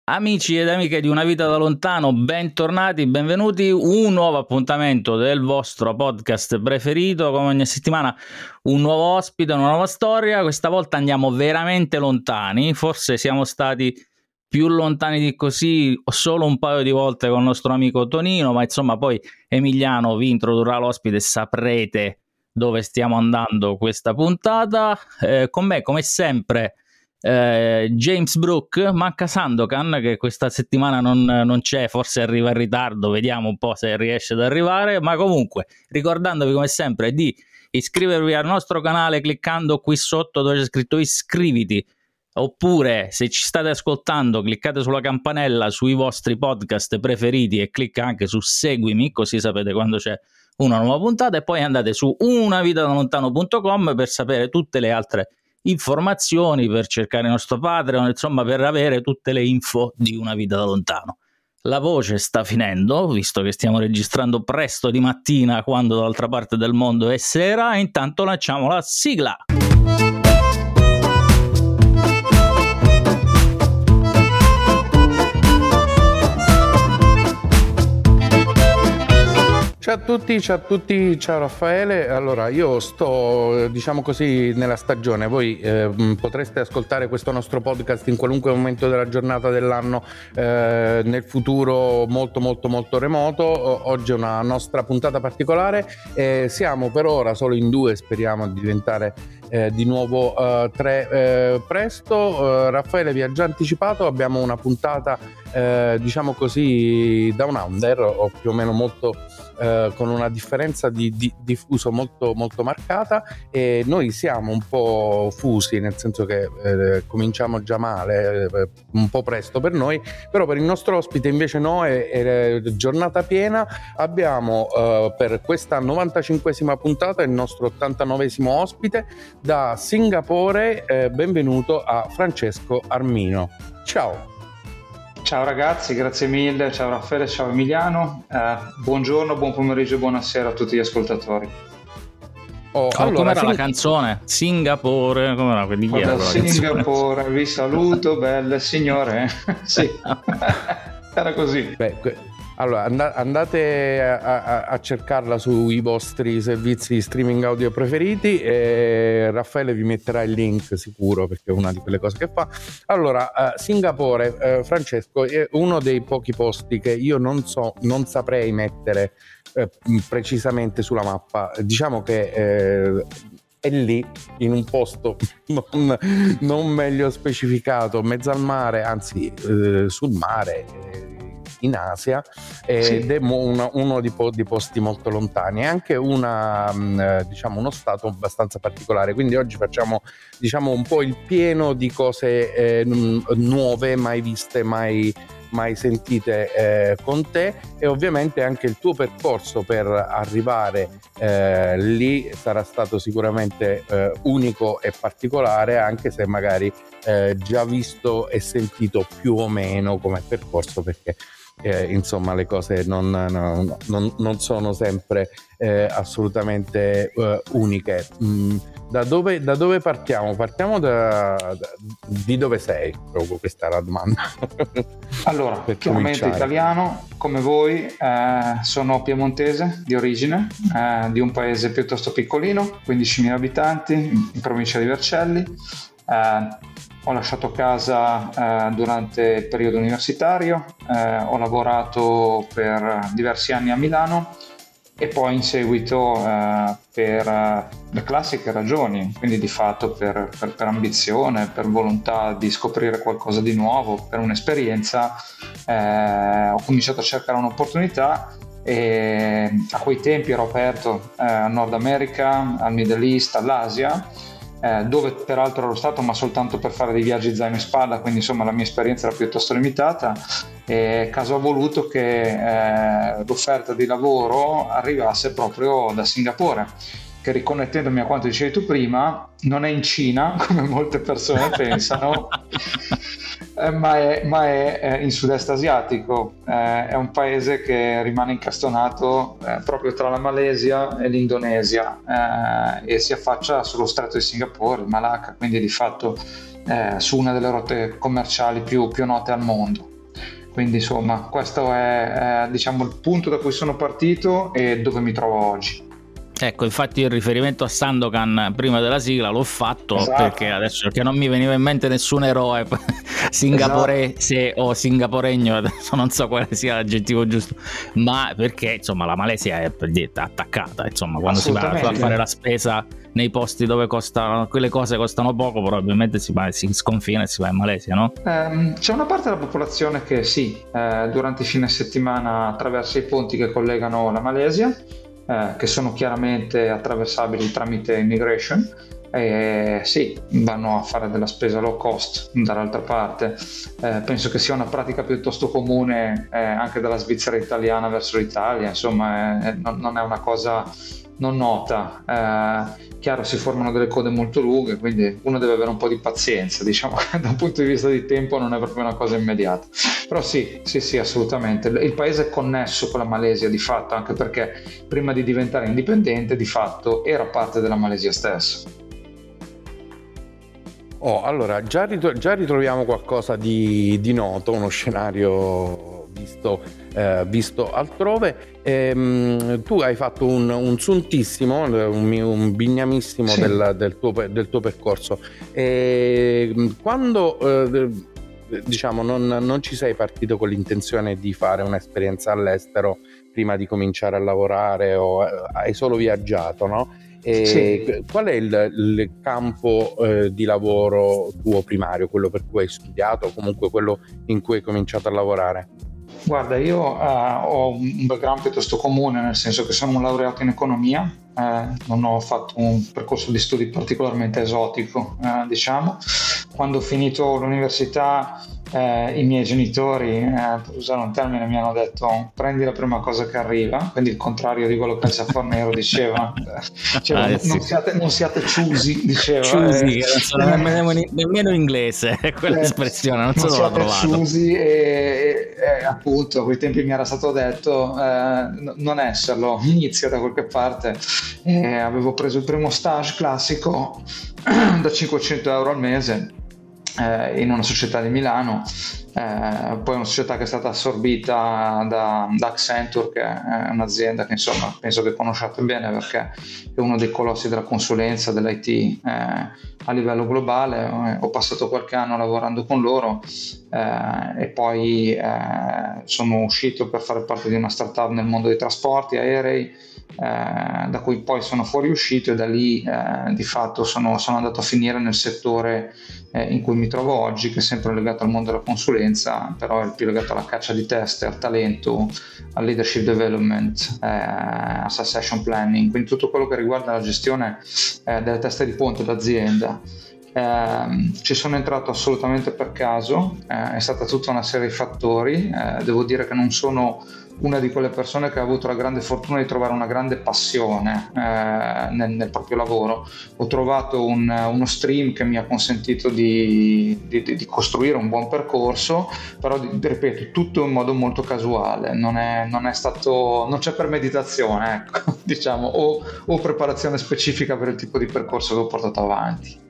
Amici ed amiche di Una Vita da Lontano, bentornati, benvenuti, un nuovo appuntamento del vostro podcast preferito, come ogni settimana un nuovo ospite, una nuova storia. Questa volta andiamo veramente lontani, forse siamo stati più lontani di così solo un paio di volte con il nostro amico Tonino, ma insomma poi Emiliano vi introdurrà l'ospite e saprete dove stiamo andando questa puntata. Con me come sempre James Brooke, manca Sandokan che questa settimana non c'è, forse arriva in ritardo, vediamo un po' se riesce ad arrivare, ma comunque ricordandovi come sempre di iscrivervi al nostro canale cliccando qui sotto dove c'è scritto iscriviti, oppure se ci state ascoltando cliccate sulla campanella sui vostri podcast preferiti e clicca anche su seguimi, così sapete quando c'è una nuova puntata, e poi andate su unavitadalontano.com per sapere tutte le altre informazioni, per cercare il nostro Patreon, insomma per avere tutte le info di Una Vita da Lontano. La voce sta finendo, visto che stiamo registrando presto di mattina quando dall'altra parte del mondo è sera, e intanto lanciamo la sigla. Ciao a tutti, ciao Raffaele. Allora, io sto, diciamo così, nella stagione. Voi potreste ascoltare questo nostro podcast in qualunque momento della giornata dell'anno, nel futuro molto remoto. Oggi è una nostra puntata particolare. Siamo per ora solo in due, speriamo di diventare di nuovo tre presto. Raffaele vi ha già anticipato, abbiamo una puntata diciamo così down under, o più o meno molto con una differenza di fuso molto marcata, e noi siamo un po' fusi, nel senso che cominciamo già male, un po' presto per noi, però per il nostro ospite invece no, è giornata piena. Abbiamo per questa 95esima puntata il nostro 89esimo ospite da Singapore. Benvenuto a Francesco Armino. Ciao. Ciao ragazzi, grazie mille, ciao Raffaele, ciao Emiliano, buongiorno, buon pomeriggio e buonasera a tutti gli ascoltatori. Allora, com'era la canzone? Singapore, com'era quelli dietro? Singapore, vi saluto, belle signore. Sì, era così. Allora, andate a cercarla sui vostri servizi di streaming audio preferiti, e Raffaele vi metterà il link sicuro, perché è una di quelle cose che fa. Allora, Singapore, Francesco, è uno dei pochi posti che io non saprei mettere precisamente sulla mappa. Diciamo che è lì, in un posto non meglio specificato, mezzo al mare, anzi sul mare, in Asia, ed è uno di posti molto lontani, è anche diciamo uno stato abbastanza particolare, quindi oggi facciamo, diciamo, un po' il pieno di cose nuove, mai viste, mai sentite con te, e ovviamente anche il tuo percorso per arrivare lì sarà stato sicuramente unico e particolare, anche se magari già visto e sentito più o meno come percorso, perché insomma le cose non sono sempre assolutamente uniche. Da dove partiamo? Partiamo di dove sei? Proprio questa è la domanda. Allora, chiaramente italiano come voi, sono piemontese di origine, di un paese piuttosto piccolino, 15.000 abitanti, in provincia di Vercelli. Ho lasciato casa durante il periodo universitario, ho lavorato per diversi anni a Milano, e poi in seguito per le classiche ragioni, quindi di fatto per ambizione, per volontà di scoprire qualcosa di nuovo, per un'esperienza, ho cominciato a cercare un'opportunità, e a quei tempi ero aperto al Nord America, al Middle East, all'Asia, dove peraltro ero stato ma soltanto per fare dei viaggi zaino in spalla, quindi insomma la mia esperienza era piuttosto limitata, e caso ha voluto che l'offerta di lavoro arrivasse proprio da Singapore, che, riconnettendomi a quanto dicevi tu prima, non è in Cina come molte persone pensano, ma è in sud-est asiatico, è un paese che rimane incastonato proprio tra la Malesia e l'Indonesia, e si affaccia sullo stretto di Singapore, il Malacca, quindi di fatto su una delle rotte commerciali più note al mondo. Quindi insomma questo è diciamo il punto da cui sono partito e dove mi trovo oggi. Ecco, infatti il riferimento a Sandokan prima della sigla l'ho fatto, esatto, perché adesso che non mi veniva in mente nessun eroe singaporese o singaporegno, adesso non so quale sia l'aggettivo giusto, ma perché insomma la Malesia è attaccata, insomma quando si va a fare la spesa nei posti dove quelle cose costano poco, probabilmente si sconfina e si va in Malesia, no? C'è una parte della popolazione che sì, durante i fine settimana attraversa i ponti che collegano la Malesia, che sono chiaramente attraversabili tramite immigration, sì, vanno a fare della spesa low cost dall'altra parte. Penso che sia una pratica piuttosto comune anche dalla Svizzera italiana verso l'Italia, insomma non è una cosa non nota. Chiaro, si formano delle code molto lunghe, quindi uno deve avere un po' di pazienza, diciamo che da un punto di vista di tempo non è proprio una cosa immediata, però sì, assolutamente il paese è connesso con la Malesia di fatto, anche perché prima di diventare indipendente di fatto era parte della Malesia stessa. Allora già ritroviamo qualcosa di noto, uno scenario visto altrove. Tu hai fatto un suntissimo, un bignamissimo sì, del tuo percorso. Quando diciamo non ci sei partito con l'intenzione di fare un'esperienza all'estero prima di cominciare a lavorare, o hai solo viaggiato, no? Sì. Qual è il campo di lavoro tuo primario, quello per cui hai studiato, o comunque quello in cui hai cominciato a lavorare? Guarda, io ho un background piuttosto comune, nel senso che sono un laureato in economia, non ho fatto un percorso di studi particolarmente esotico, diciamo. Quando ho finito l'università i miei genitori, per usare un termine, mi hanno detto: prendi la prima cosa che arriva, quindi il contrario di quello che il Safornero diceva. Non siate choosy, diceva. Choosy, nemmeno inglese quell'espressione, non so dove l'ho trovato. Choosy e appunto a quei tempi mi era stato detto non esserlo, inizia da qualche parte. Avevo preso il primo stage classico da 500 euro al mese in una società di Milano, poi una società che è stata assorbita da Accenture, che è un'azienda che insomma penso che conosciate bene, perché è uno dei colossi della consulenza, dell'IT a livello globale. Ho passato qualche anno lavorando con loro e poi sono uscito per fare parte di una startup nel mondo dei trasporti aerei, da cui poi sono fuoriuscito, e da lì di fatto sono andato a finire nel settore in cui mi trovo oggi, che è sempre legato al mondo della consulenza, però è più legato alla caccia di teste, al talento, al leadership development, a succession planning, quindi tutto quello che riguarda la gestione delle teste di ponte d'azienda. Ci sono entrato assolutamente per caso, è stata tutta una serie di fattori. Devo dire che non sono una di quelle persone che ha avuto la grande fortuna di trovare una grande passione nel proprio lavoro. Ho trovato uno stream che mi ha consentito di costruire un buon percorso, però ripeto, tutto in modo molto casuale, non c'è premeditazione, ecco, diciamo, o preparazione specifica per il tipo di percorso che ho portato avanti.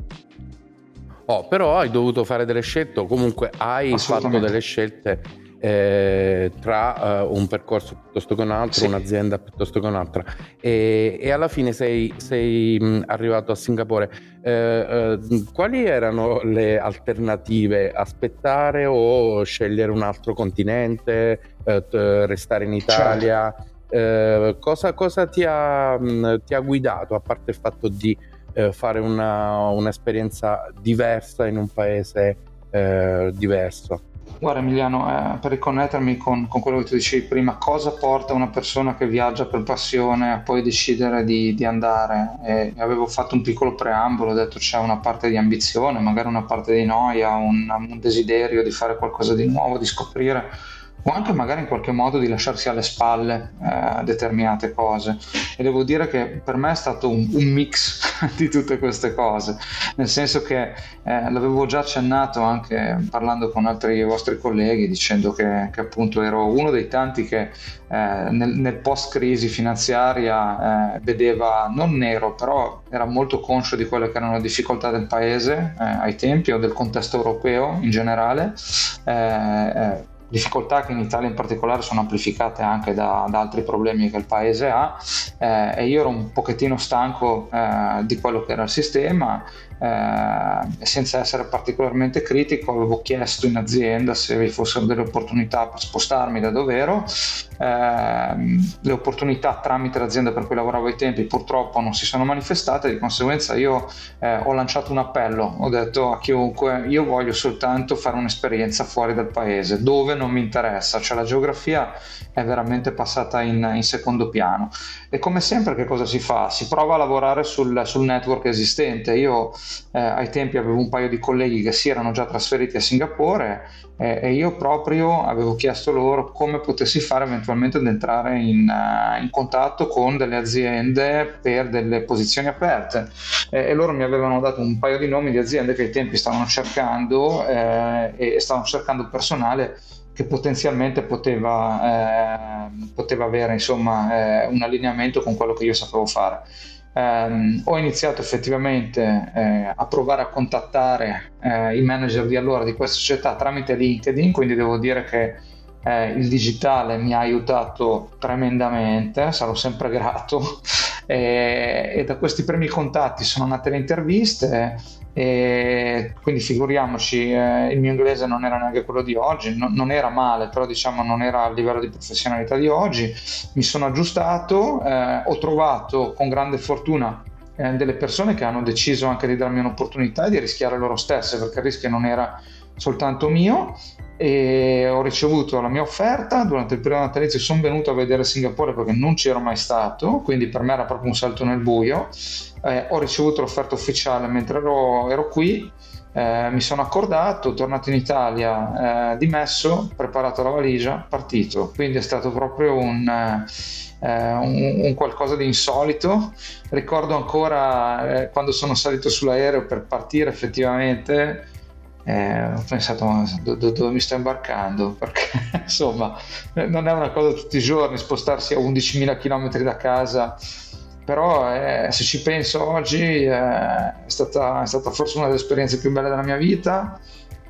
Però hai dovuto fare delle scelte, o comunque hai fatto delle scelte tra un percorso piuttosto che un altro, sì, un'azienda piuttosto che un'altra, e alla fine sei arrivato a Singapore. Quali erano le alternative? Aspettare o scegliere un altro continente, restare in Italia? Certo. Cosa ti ha guidato, a parte il fatto di fare un'esperienza diversa in un paese diverso? Guarda Emiliano, per riconnettermi con quello che tu dicevi prima, cosa porta una persona che viaggia per passione a poi decidere di andare? Avevo fatto un piccolo preambolo, ho detto c'è una parte di ambizione, magari una parte di noia, un desiderio di fare qualcosa di nuovo, di scoprire, o anche magari in qualche modo di lasciarsi alle spalle determinate cose. E devo dire che per me è stato un mix di tutte queste cose, nel senso che l'avevo già accennato anche parlando con altri vostri colleghi, dicendo che appunto ero uno dei tanti che nel post crisi finanziaria vedeva non nero, però era molto conscio di quelle che erano le difficoltà del paese ai tempi, o del contesto europeo in generale. difficoltà che in Italia in particolare sono amplificate anche da altri problemi che il paese ha, e io ero un pochettino stanco di quello che era il sistema. Senza essere particolarmente critico, avevo chiesto in azienda se vi fossero delle opportunità per spostarmi da dove ero. Le opportunità tramite l'azienda per cui lavoravo ai tempi purtroppo non si sono manifestate, di conseguenza io ho lanciato un appello, ho detto a chiunque: io voglio soltanto fare un'esperienza fuori dal paese, dove non mi interessa, cioè la geografia è veramente passata in secondo piano. E come sempre che cosa si fa? Si prova a lavorare sul network esistente. Io ai tempi avevo un paio di colleghi che si erano già trasferiti a Singapore, e io proprio avevo chiesto loro come potessi fare eventualmente ad entrare in contatto con delle aziende per delle posizioni aperte, e loro mi avevano dato un paio di nomi di aziende che ai tempi stavano cercando e stavano cercando personale che potenzialmente poteva avere, insomma, un allineamento con quello che io sapevo fare. Ho iniziato effettivamente a provare a contattare i manager di allora di questa società tramite LinkedIn, quindi devo dire che il digitale mi ha aiutato tremendamente, sarò sempre grato, e da questi primi contatti sono nate le interviste. E quindi figuriamoci, il mio inglese non era neanche quello di oggi, non era male, però diciamo non era a livello di professionalità di oggi. Mi sono aggiustato, ho trovato con grande fortuna delle persone che hanno deciso anche di darmi un'opportunità e di rischiare loro stesse, perché il rischio non era soltanto mio, e ho ricevuto la mia offerta. Durante il periodo natalizio sono venuto a vedere Singapore perché non c'ero mai stato, quindi per me era proprio un salto nel buio. Ho ricevuto l'offerta ufficiale mentre ero qui, mi sono accordato, tornato in Italia, dimesso, preparato la valigia, partito. Quindi è stato proprio un qualcosa di insolito. Ricordo ancora quando sono salito sull'aereo per partire, effettivamente ho pensato dove mi sto imbarcando, perché insomma non è una cosa tutti i giorni spostarsi a 11.000 km da casa, però se ci penso oggi è stata forse una delle esperienze più belle della mia vita,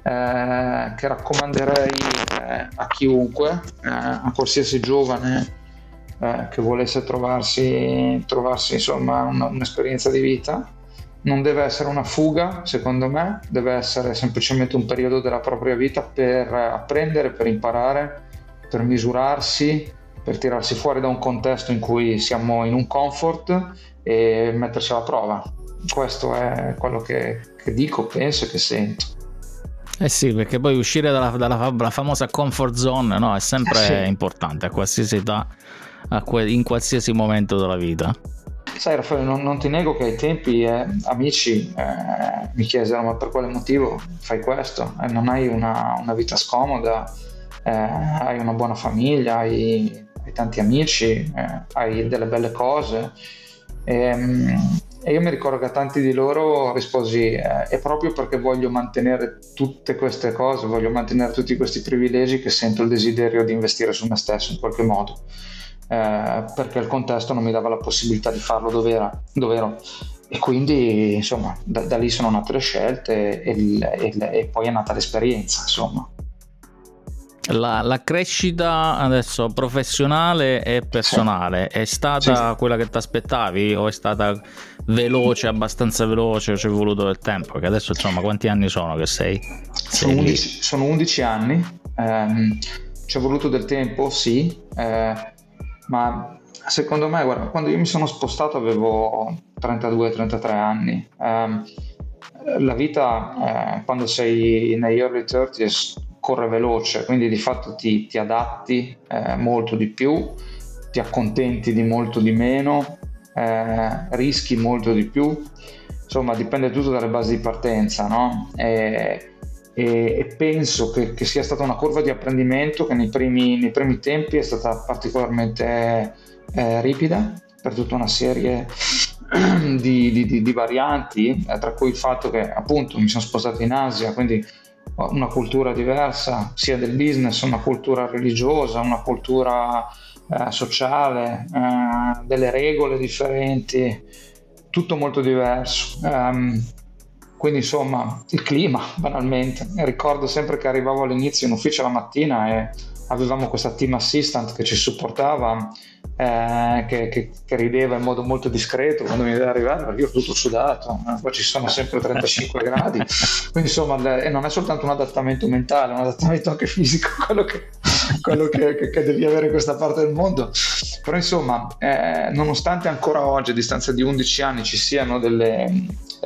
che raccomanderei a chiunque, a qualsiasi giovane che volesse trovarsi insomma un'esperienza di vita. Non deve essere una fuga, secondo me, deve essere semplicemente un periodo della propria vita per apprendere, per imparare, per misurarsi, per tirarsi fuori da un contesto in cui siamo in un comfort e metterci alla prova. Questo è quello che dico, penso e che sento. Sì, perché poi uscire dalla famosa comfort zone, no, è sempre importante a qualsiasi età, in qualsiasi momento della vita. Sai Raffaele, non ti nego che ai tempi amici mi chiesero: ma per quale motivo fai questo? Non hai una vita scomoda, hai una buona famiglia, hai tanti amici, hai delle belle cose, e io mi ricordo che a tanti di loro risposi: è proprio perché voglio mantenere tutte queste cose, voglio mantenere tutti questi privilegi, che sento il desiderio di investire su me stesso in qualche modo. Perché il contesto non mi dava la possibilità di farlo dove ero, e quindi insomma da lì sono nate le scelte e poi è nata l'esperienza, insomma. La crescita adesso professionale e personale è stata quella che ti aspettavi, o è stata veloce, abbastanza veloce, o ci è voluto del tempo? Che adesso insomma quanti anni sono che sei? Sono 11 anni, ci è voluto del tempo, sì, ma secondo me, guarda, quando io mi sono spostato avevo 32-33 anni. La vita quando sei negli early 30s corre veloce, quindi di fatto ti adatti molto di più, ti accontenti di molto di meno, rischi molto di più, insomma dipende tutto dalle basi di partenza, no? E penso che sia stata una curva di apprendimento che nei primi tempi è stata particolarmente ripida, per tutta una serie di varianti, tra cui il fatto che appunto mi sono spostato in Asia, quindi una cultura diversa sia del business, una cultura religiosa, una cultura sociale, delle regole differenti, tutto molto diverso. Quindi insomma il clima, banalmente. Ricordo sempre che arrivavo all'inizio in ufficio la mattina e avevamo questa team assistant che ci supportava, che rideva in modo molto discreto quando mi vedeva arrivare, perché io tutto sudato, poi ci sono sempre 35 gradi, quindi insomma non è soltanto un adattamento mentale, è un adattamento anche fisico, quello che devi avere in questa parte del mondo. Però insomma, nonostante ancora oggi a distanza di 11 anni ci siano delle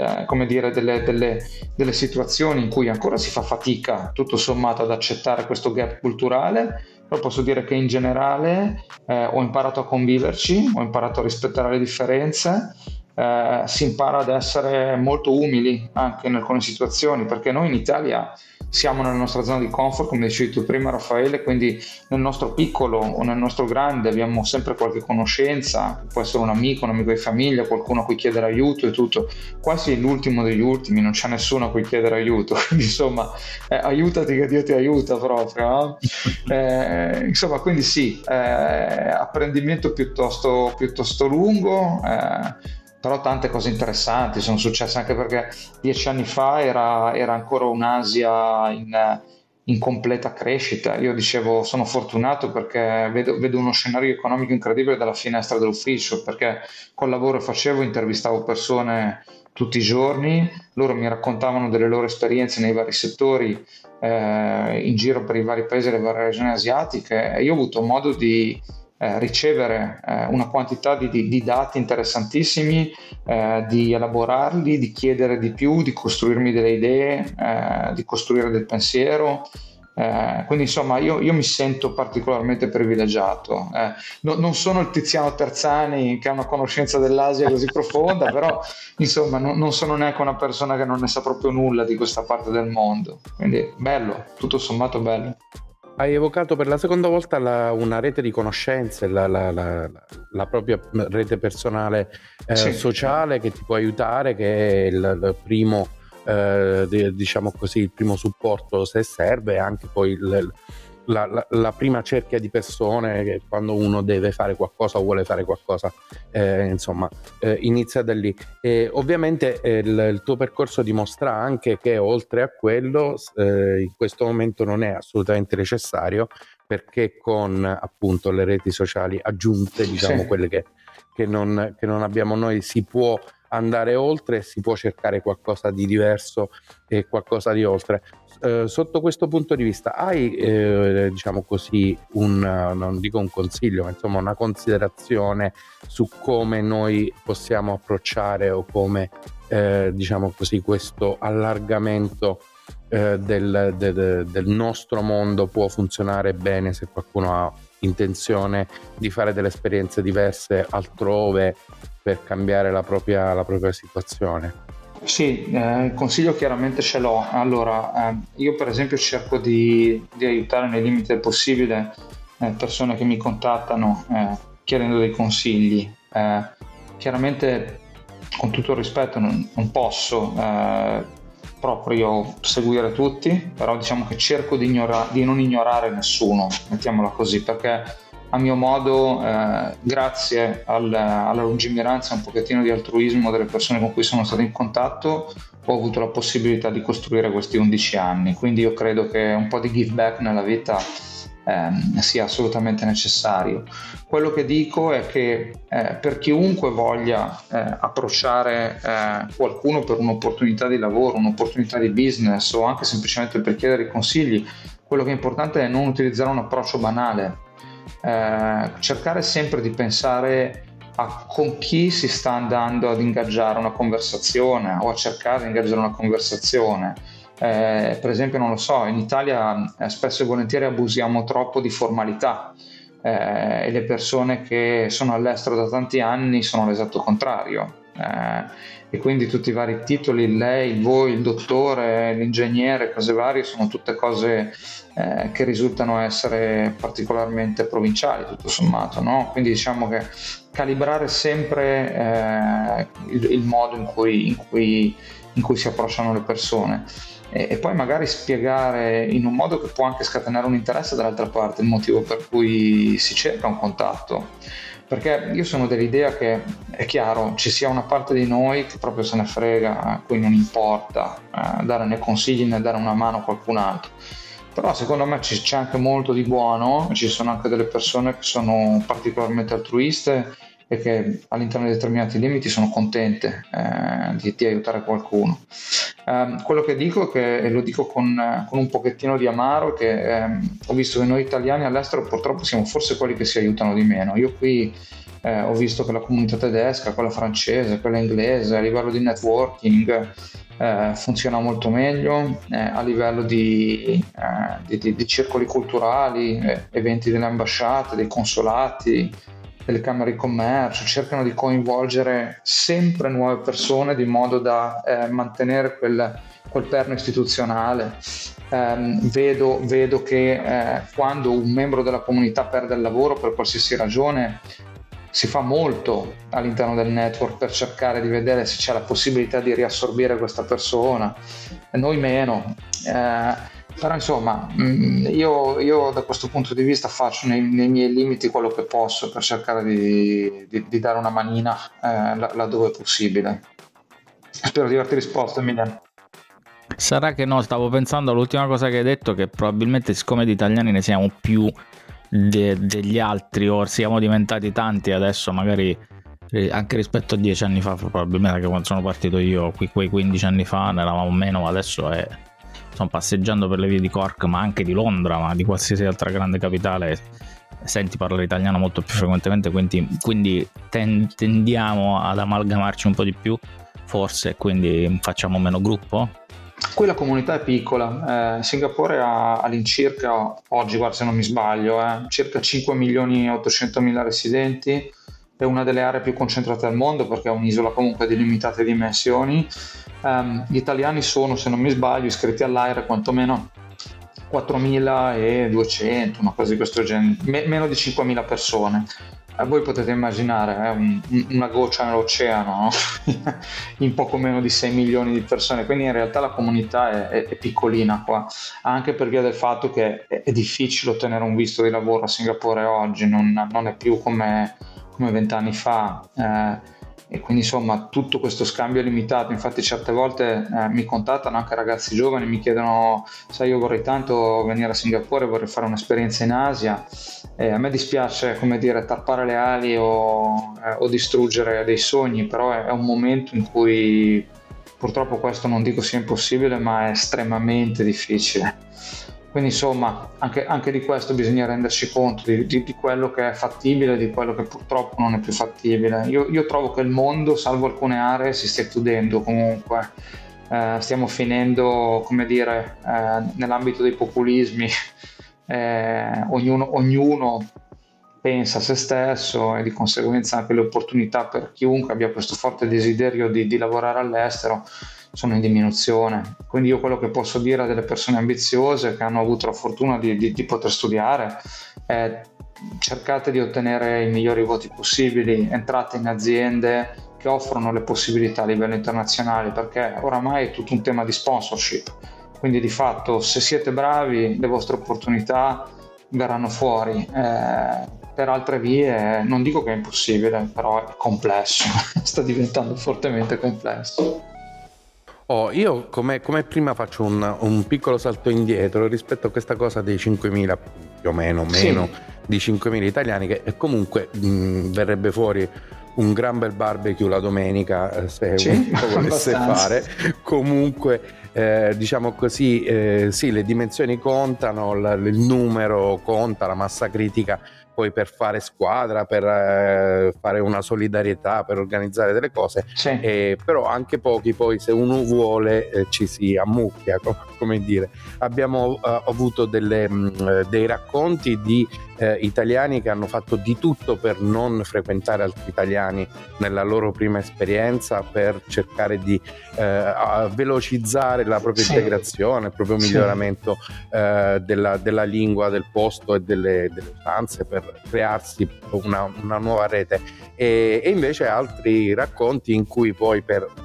situazioni in cui ancora si fa fatica tutto sommato ad accettare questo gap culturale, però posso dire che in generale ho imparato a conviverci, ho imparato a rispettare le differenze, si impara ad essere molto umili anche in alcune situazioni, perché noi in Italia siamo nella nostra zona di comfort, come dicevi tu prima Raffaele, quindi nel nostro piccolo o nel nostro grande abbiamo sempre qualche conoscenza, può essere un amico di famiglia, qualcuno a cui chiedere aiuto e tutto. Qua sei l'ultimo degli ultimi, non c'è nessuno a cui chiedere aiuto, quindi insomma aiutati che Dio ti aiuta proprio, no? Insomma, quindi sì, apprendimento piuttosto lungo, però tante cose interessanti sono successe, anche perché 10 anni fa era ancora un'Asia in completa crescita. Io dicevo sono fortunato perché vedo uno scenario economico incredibile dalla finestra dell'ufficio, perché col lavoro che facevo intervistavo persone tutti i giorni, loro mi raccontavano delle loro esperienze nei vari settori in giro per i vari paesi e le varie regioni asiatiche, e io ho avuto modo di ricevere una quantità di dati interessantissimi, di elaborarli, di chiedere di più, di costruirmi delle idee, di costruire del pensiero. Quindi insomma io mi sento particolarmente privilegiato. Non sono il Tiziano Terzani che ha una conoscenza dell'Asia così profonda, però insomma non sono neanche una persona che non ne sa proprio nulla di questa parte del mondo, quindi bello, tutto sommato bello. Hai evocato per la seconda volta una rete di conoscenze, la propria rete personale sì, sociale che ti può aiutare, che è il primo, diciamo così, il primo supporto se serve, anche poi la prima cerchia di persone che quando uno deve fare qualcosa o vuole fare qualcosa, insomma, inizia da lì. E ovviamente il tuo percorso dimostra anche che oltre a quello in questo momento non è assolutamente necessario, perché con appunto le reti sociali aggiunte, diciamo, sì, quelle che non abbiamo noi, si può andare oltre, si può cercare qualcosa di diverso e qualcosa di oltre. Sotto questo punto di vista hai diciamo così non dico un consiglio, ma insomma una considerazione su come noi possiamo approcciare o come diciamo così questo allargamento del nostro mondo può funzionare bene se qualcuno ha intenzione di fare delle esperienze diverse altrove per cambiare la propria situazione? Sì, il consiglio chiaramente ce l'ho. Allora, io per esempio cerco di aiutare nei limiti del possibile persone che mi contattano chiedendo dei consigli. Chiaramente, con tutto il rispetto, non posso proprio seguire tutti, però diciamo che cerco di non ignorare nessuno, mettiamola così, perché a mio modo, grazie alla lungimiranza e un pochettino di altruismo delle persone con cui sono stato in contatto, ho avuto la possibilità di costruire questi 11 anni, quindi io credo che un po' di give back nella vita sia assolutamente necessario. Quello che dico è che per chiunque voglia approcciare qualcuno per un'opportunità di lavoro, un'opportunità di business o anche semplicemente per chiedere consigli, quello che è importante è non utilizzare un approccio banale. Cercare sempre di pensare a con chi si sta andando ad ingaggiare una conversazione o a cercare di ingaggiare una conversazione. Per esempio, non lo so, in Italia spesso e volentieri abusiamo troppo di formalità e le persone che sono all'estero da tanti anni sono l'esatto contrario. E quindi tutti i vari titoli, il lei, il voi, il dottore, l'ingegnere, cose varie, sono tutte cose che risultano essere particolarmente provinciali, tutto sommato, no? Quindi diciamo che calibrare sempre il modo in cui si approcciano le persone. e poi magari spiegare in un modo che può anche scatenare un interesse dall'altra parte il motivo per cui si cerca un contatto. Perché io sono dell'idea che è chiaro, ci sia una parte di noi che proprio se ne frega, a cui non importa dare né consigli né dare una mano a qualcun altro. Però secondo me c'è anche molto di buono, ci sono anche delle persone che sono particolarmente altruiste e che all'interno di determinati limiti sono contente di aiutare qualcuno. Quello che dico, e lo dico con un pochettino di amaro, che ho visto che noi italiani all'estero purtroppo siamo forse quelli che si aiutano di meno. Io qui ho visto che la comunità tedesca, quella francese, quella inglese, a livello di networking funziona molto meglio, a livello di circoli culturali, eventi delle ambasciate, dei consolati, delle camere di commercio, cercano di coinvolgere sempre nuove persone di modo da mantenere quel perno istituzionale. Vedo che quando un membro della comunità perde il lavoro per qualsiasi ragione, si fa molto all'interno del network per cercare di vedere se c'è la possibilità di riassorbire questa persona, noi meno. Però insomma io da questo punto di vista faccio nei miei limiti quello che posso per cercare di dare una manina laddove è possibile. Spero di averti risposto, Emiliano. Sarà che no, stavo pensando all'ultima cosa che hai detto, che probabilmente siccome di italiani ne siamo più degli altri, o siamo diventati tanti adesso, magari anche rispetto a 10 anni fa, probabilmente, che quando sono partito io quei 15 anni fa ne eravamo meno, ma adesso sono passeggiando per le vie di Cork, ma anche di Londra, ma di qualsiasi altra grande capitale, senti parlare italiano molto più frequentemente, quindi tendiamo ad amalgamarci un po' di più, forse, quindi facciamo meno gruppo. Qui la comunità è piccola, Singapore ha all'incirca, oggi guarda se non mi sbaglio, circa 5.800.000 residenti, è una delle aree più concentrate al mondo perché è un'isola comunque di limitate dimensioni. Gli italiani sono, se non mi sbaglio, iscritti all'AIRE quantomeno 4.200, una cosa di questo genere, meno di 5.000 persone. Voi potete immaginare una goccia nell'oceano, no? In poco meno di 6 milioni di persone, quindi in realtà la comunità è piccolina qua, anche per via del fatto che è difficile ottenere un visto di lavoro a Singapore oggi, non è più come 20 anni fa, e quindi insomma tutto questo scambio è limitato. Infatti certe volte mi contattano anche ragazzi giovani, mi chiedono: sai, io vorrei tanto venire a Singapore, vorrei fare un'esperienza in Asia, a me dispiace, come dire, tappare le ali o distruggere dei sogni, però è un momento in cui purtroppo questo non dico sia impossibile, ma è estremamente difficile. Quindi insomma anche di questo bisogna renderci conto, di quello che è fattibile e di quello che purtroppo non è più fattibile. Io trovo che il mondo, salvo alcune aree, si stia chiudendo comunque. Stiamo finendo, come dire, nell'ambito dei populismi, ognuno pensa a se stesso e di conseguenza anche le opportunità per chiunque abbia questo forte desiderio di lavorare all'estero sono in diminuzione. Quindi io quello che posso dire a delle persone ambiziose che hanno avuto la fortuna di poter studiare è: cercate di ottenere i migliori voti possibili, entrate in aziende che offrono le possibilità a livello internazionale, perché oramai è tutto un tema di sponsorship, quindi di fatto se siete bravi le vostre opportunità verranno fuori. Per altre vie non dico che è impossibile, però è complesso, sta diventando fortemente complesso. Io come prima faccio un piccolo salto indietro rispetto a questa cosa dei 5.000, più o meno di 5.000 italiani, che comunque verrebbe fuori un gran bel barbecue la domenica, se uno volesse fare. Comunque diciamo così, sì, le dimensioni contano, il numero conta, la massa critica poi per fare squadra, per fare una solidarietà, per organizzare delle cose, però anche pochi poi, se uno vuole, ci si ammucchia, come dire. Abbiamo avuto dei racconti di italiani che hanno fatto di tutto per non frequentare altri italiani nella loro prima esperienza, per cercare di velocizzare la propria integrazione, il proprio miglioramento della lingua, del posto e delle usanze, per crearsi una nuova rete, e invece altri racconti in cui poi per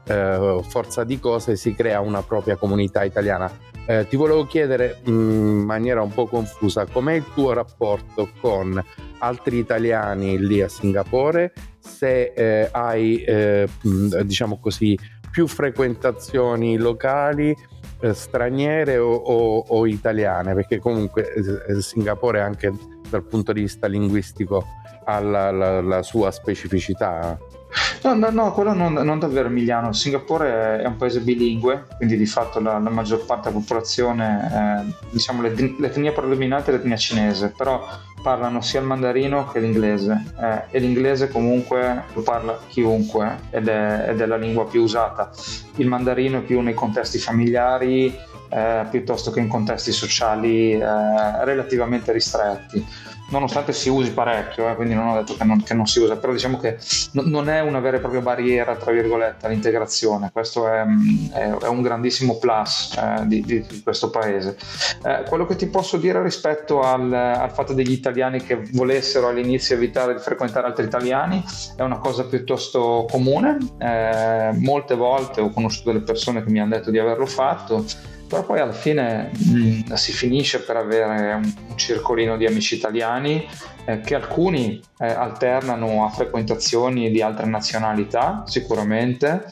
forza di cose si crea una propria comunità italiana. Ti volevo chiedere in maniera un po' confusa com'è il tuo rapporto con altri italiani lì a Singapore, se hai diciamo così più frequentazioni locali, straniere o italiane, perché comunque Singapore anche dal punto di vista linguistico ha la sua specificità. No, quello non davvero, Emiliano. Singapore è un paese bilingue, quindi di fatto la maggior parte della popolazione, diciamo l'etnia predominante è l'etnia cinese, però parlano sia il mandarino che l'inglese, e l'inglese comunque lo parla chiunque ed è la lingua più usata. Il mandarino è più nei contesti familiari piuttosto che in contesti sociali relativamente ristretti, nonostante si usi parecchio, quindi non ho detto che non si usa, però diciamo che non è una vera e propria barriera, tra virgolette, all'integrazione. Questo è un grandissimo plus di questo paese. Quello che ti posso dire rispetto al fatto degli italiani che volessero all'inizio evitare di frequentare altri italiani, è una cosa piuttosto comune. Molte volte ho conosciuto delle persone che mi hanno detto di averlo fatto, però poi alla fine si finisce per avere un circolino di amici italiani che alcuni alternano a frequentazioni di altre nazionalità sicuramente,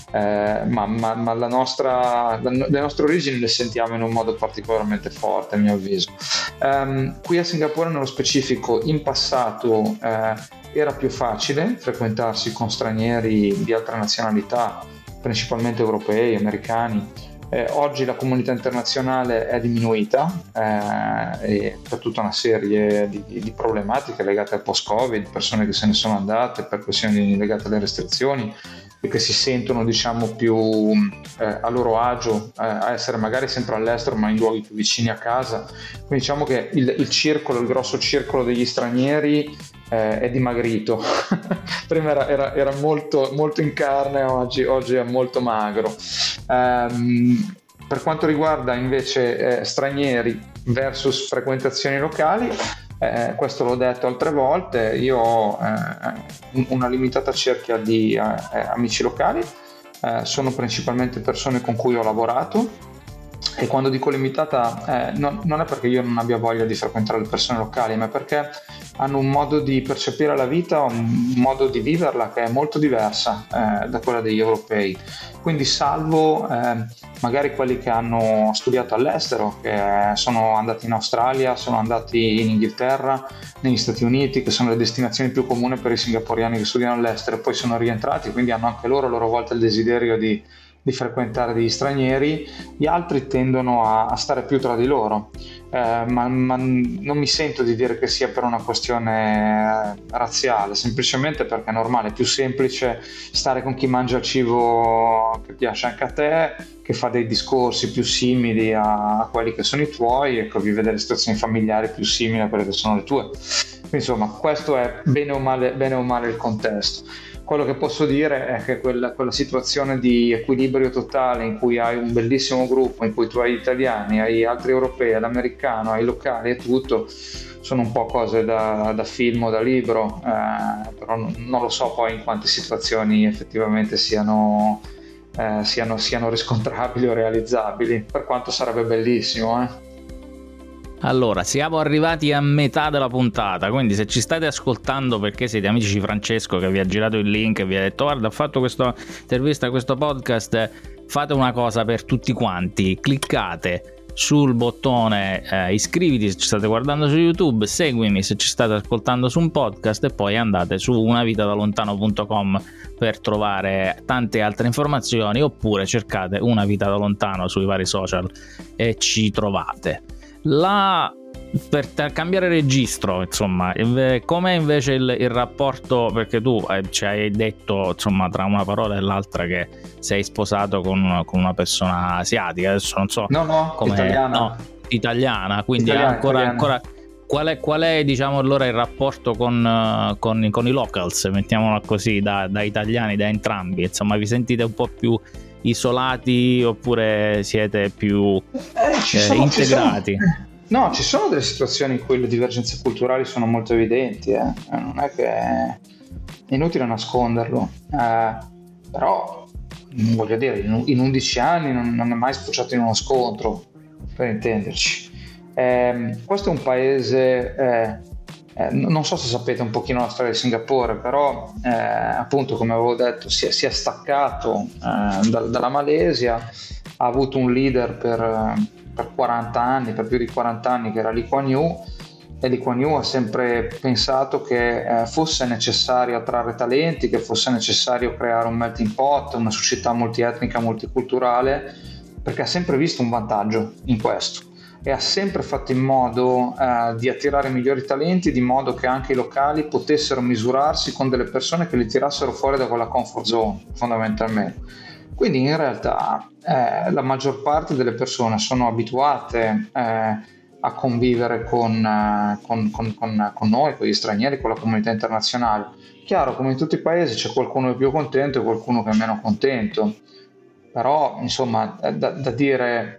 ma le nostre origini le sentiamo in un modo particolarmente forte, a mio avviso. Qui a Singapore nello specifico in passato era più facile frequentarsi con stranieri di altre nazionalità, principalmente europei, americani. Oggi la comunità internazionale è diminuita per tutta una serie di problematiche legate al post-Covid, persone che se ne sono andate per questioni legate alle restrizioni e che si sentono diciamo più a loro agio a essere magari sempre all'estero ma in luoghi più vicini a casa. Quindi diciamo che il grosso circolo degli stranieri è dimagrito. Prima era molto, molto in carne, oggi è molto magro. Per quanto riguarda invece stranieri versus frequentazioni locali, questo l'ho detto altre volte, io ho una limitata cerchia di amici locali, sono principalmente persone con cui ho lavorato. E quando dico limitata non è perché io non abbia voglia di frequentare le persone locali, ma perché hanno un modo di percepire la vita, un modo di viverla che è molto diversa da quella degli europei. Quindi salvo magari quelli che hanno studiato all'estero, che sono andati in Australia, sono andati in Inghilterra, negli Stati Uniti, che sono le destinazioni più comuni per i singaporiani che studiano all'estero e poi sono rientrati, quindi hanno anche loro a loro volta il desiderio di frequentare degli stranieri. Gli altri tendono a stare più tra di loro, ma non mi sento di dire che sia per una questione razziale, semplicemente perché è normale, è più semplice stare con chi mangia il cibo che piace anche a te, che fa dei discorsi più simili a quelli che sono i tuoi e che vive delle situazioni familiari più simili a quelle che sono le tue. Quindi insomma questo è bene o male il contesto. Quello che posso dire è che quella situazione di equilibrio totale in cui hai un bellissimo gruppo, in cui tu hai gli italiani, hai altri europei, hai l'americano, hai i locali e tutto, sono un po' cose da film o da libro, però non lo so poi in quante situazioni effettivamente siano riscontrabili o realizzabili, per quanto sarebbe bellissimo. Allora, siamo arrivati a metà della puntata, quindi se ci state ascoltando perché siete amici di Francesco che vi ha girato il link e vi ha detto guarda ho fatto questa intervista, questo podcast, fate una cosa per tutti quanti, cliccate sul bottone iscriviti se ci state guardando su YouTube, seguimi se ci state ascoltando su un podcast e poi andate su unavitadalontano.com per trovare tante altre informazioni, oppure cercate Una Vita da Lontano sui vari social e ci trovate. Per cambiare registro, insomma, com'è invece il rapporto, perché tu ci hai detto insomma tra una parola e l'altra che sei sposato con una persona asiatica, adesso non so italiana, quindi ancora qual è diciamo allora il rapporto con i locals, mettiamolo così, da italiani, da entrambi, insomma vi sentite un po' più isolati oppure siete più integrati? No, ci sono delle situazioni in cui le divergenze culturali sono molto evidenti, non è che è inutile nasconderlo, però voglio dire, in 11 anni non è mai sfociato in uno scontro, per intenderci. Questo è un paese, non so se sapete un pochino la storia di Singapore, però appunto, come avevo detto, si è staccato dalla Malesia, ha avuto un leader per 40 anni, per più di 40 anni, che era Lee Kuan Yew, e Lee Kuan Yew ha sempre pensato che fosse necessario attrarre talenti, che fosse necessario creare un melting pot, una società multietnica, multiculturale, perché ha sempre visto un vantaggio in questo e ha sempre fatto in modo di attirare migliori talenti, di modo che anche i locali potessero misurarsi con delle persone che li tirassero fuori da quella comfort zone, fondamentalmente. Quindi in realtà la maggior parte delle persone sono abituate a convivere con noi, con gli stranieri, con la comunità internazionale. Chiaro, come in tutti i paesi c'è qualcuno che è più contento e qualcuno che è meno contento, però insomma da dire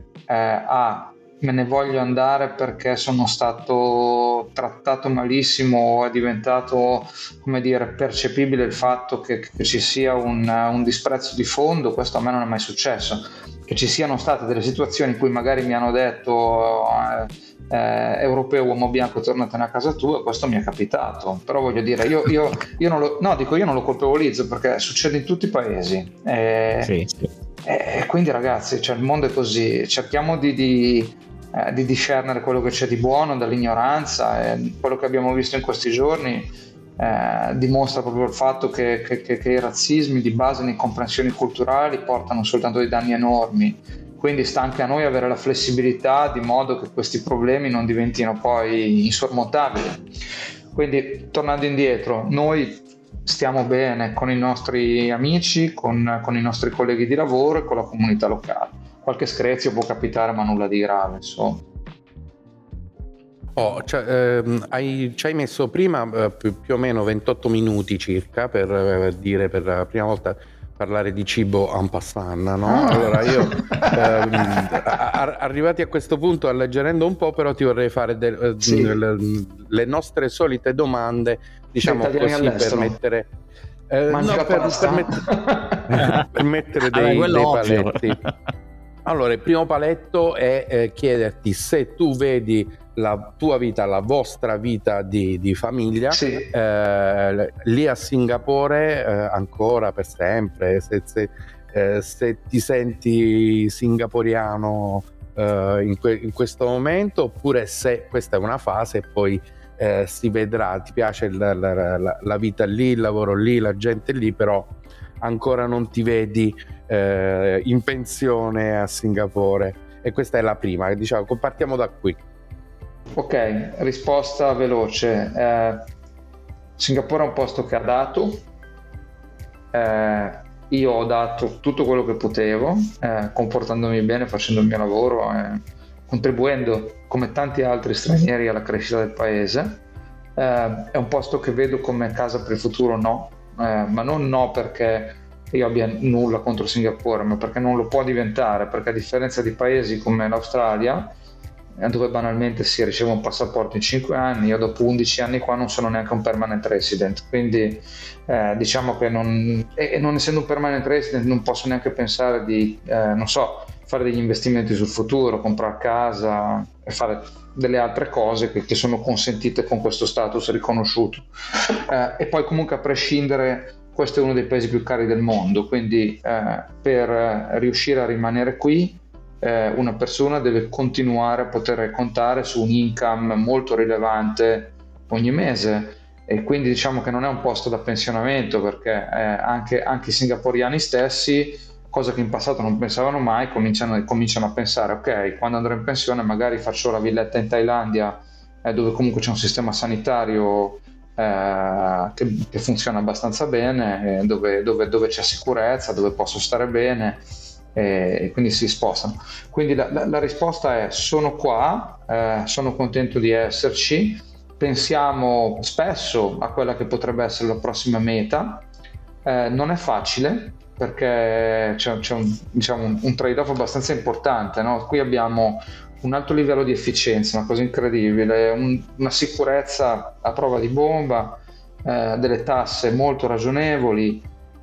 me ne voglio andare perché sono stato trattato malissimo o è diventato, come dire, percepibile il fatto che ci sia un disprezzo di fondo, questo a me non è mai successo. Che ci siano state delle situazioni in cui magari mi hanno detto europeo, uomo bianco, tornatene a casa tua, questo mi è capitato, però voglio dire, io non lo colpevolizzo, perché succede in tutti i paesi. Sì. Quindi ragazzi, cioè, il mondo è così, cerchiamo di discernere quello che c'è di buono dall'ignoranza, e quello che abbiamo visto in questi giorni dimostra proprio il fatto che i razzismi di base, le incomprensioni culturali portano soltanto dei danni enormi. Quindi sta anche a noi avere la flessibilità, di modo che questi problemi non diventino poi insormontabili. Quindi, tornando indietro, noi stiamo bene con i nostri amici, con i nostri colleghi di lavoro e con la comunità locale. Qualche screzio può capitare, ma nulla di grave, insomma. Ci hai messo prima più o meno 28 minuti circa per dire per la prima volta parlare di cibo en passant, no? Allora io arrivati a questo punto, alleggerendo un po', però ti vorrei fare le nostre solite domande, diciamo così, per mettere per mettere dei paletti. Allora, il primo paletto è chiederti se tu vedi la tua vita, la vostra vita di famiglia, lì a Singapore ancora per sempre, se ti senti singaporiano in questo momento, oppure se questa è una fase e poi si vedrà, ti piace la vita lì, il lavoro lì, la gente lì, però ancora non ti vedi in pensione a Singapore. E questa è la prima, diciamo, partiamo da qui. Ok, risposta veloce. Singapore è un posto che ha dato, io ho dato tutto quello che potevo, comportandomi bene, facendo il mio lavoro, contribuendo come tanti altri stranieri alla crescita del paese. È un posto che vedo come casa per il futuro, no, ma non perché io abbia nulla contro Singapore, ma perché non lo può diventare, perché a differenza di paesi come l'Australia, dove banalmente si riceve un passaporto in 5 anni, io dopo 11 anni qua non sono neanche un permanent resident, quindi diciamo che non essendo un permanent resident non posso neanche pensare di fare degli investimenti sul futuro, comprare casa e fare delle altre cose che sono consentite con questo status riconosciuto. E poi comunque, a prescindere, questo è uno dei paesi più cari del mondo, quindi per riuscire a rimanere qui una persona deve continuare a poter contare su un income molto rilevante ogni mese, e quindi diciamo che non è un posto da pensionamento, perché anche i singaporiani stessi, cosa che in passato non pensavano mai, cominciano a pensare: ok, quando andrò in pensione magari faccio la villetta in Thailandia, dove comunque c'è un sistema sanitario che funziona abbastanza bene, dove c'è sicurezza, dove posso stare bene, e quindi si spostano. Quindi la risposta è: sono qua, sono contento di esserci, pensiamo spesso a quella che potrebbe essere la prossima meta. Non è facile, perché c'è un trade-off abbastanza importante, no? Qui abbiamo un alto livello di efficienza, una cosa incredibile, una sicurezza a prova di bomba, delle tasse molto ragionevoli,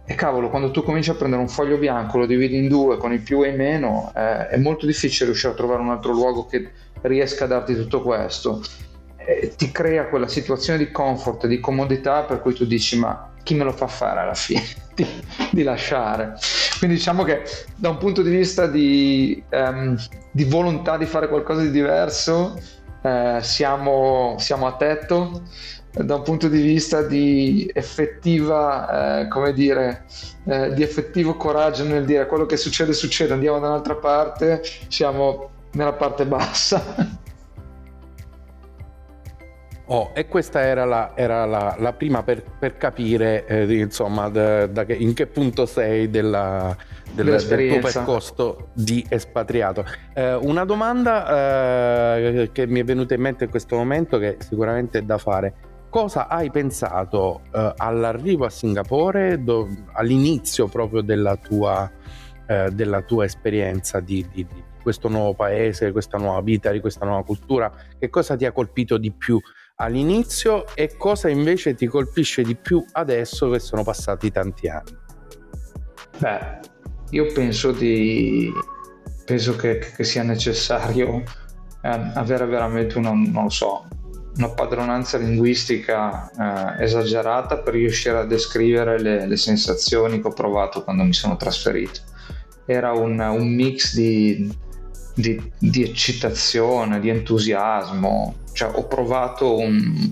E cavolo, quando tu cominci a prendere un foglio bianco, lo dividi in due con i più e i meno, è molto difficile riuscire a trovare un altro luogo che riesca a darti tutto questo. Ti crea quella situazione di comfort, di comodità, per cui tu dici: ma chi me lo fa fare alla fine di lasciare? Quindi diciamo che da un punto di vista di volontà di fare qualcosa di diverso, siamo a tetto. Da un punto di vista di effettiva, di effettivo coraggio nel dire quello che succede, andiamo da un'altra parte, siamo nella parte bassa. E questa era la prima per capire insomma in che punto sei del tuo percorso di espatriato. Una domanda che mi è venuta in mente in questo momento, che sicuramente è da fare: cosa hai pensato all'arrivo a Singapore, all'inizio proprio della tua esperienza di questo nuovo paese, questa nuova vita, di questa nuova cultura? Che cosa ti ha colpito di più all'inizio e cosa invece ti colpisce di più adesso che sono passati tanti anni? Io penso che sia necessario avere veramente una padronanza linguistica esagerata per riuscire a descrivere le sensazioni che ho provato quando mi sono trasferito. Era un mix di eccitazione, di entusiasmo, cioè ho provato un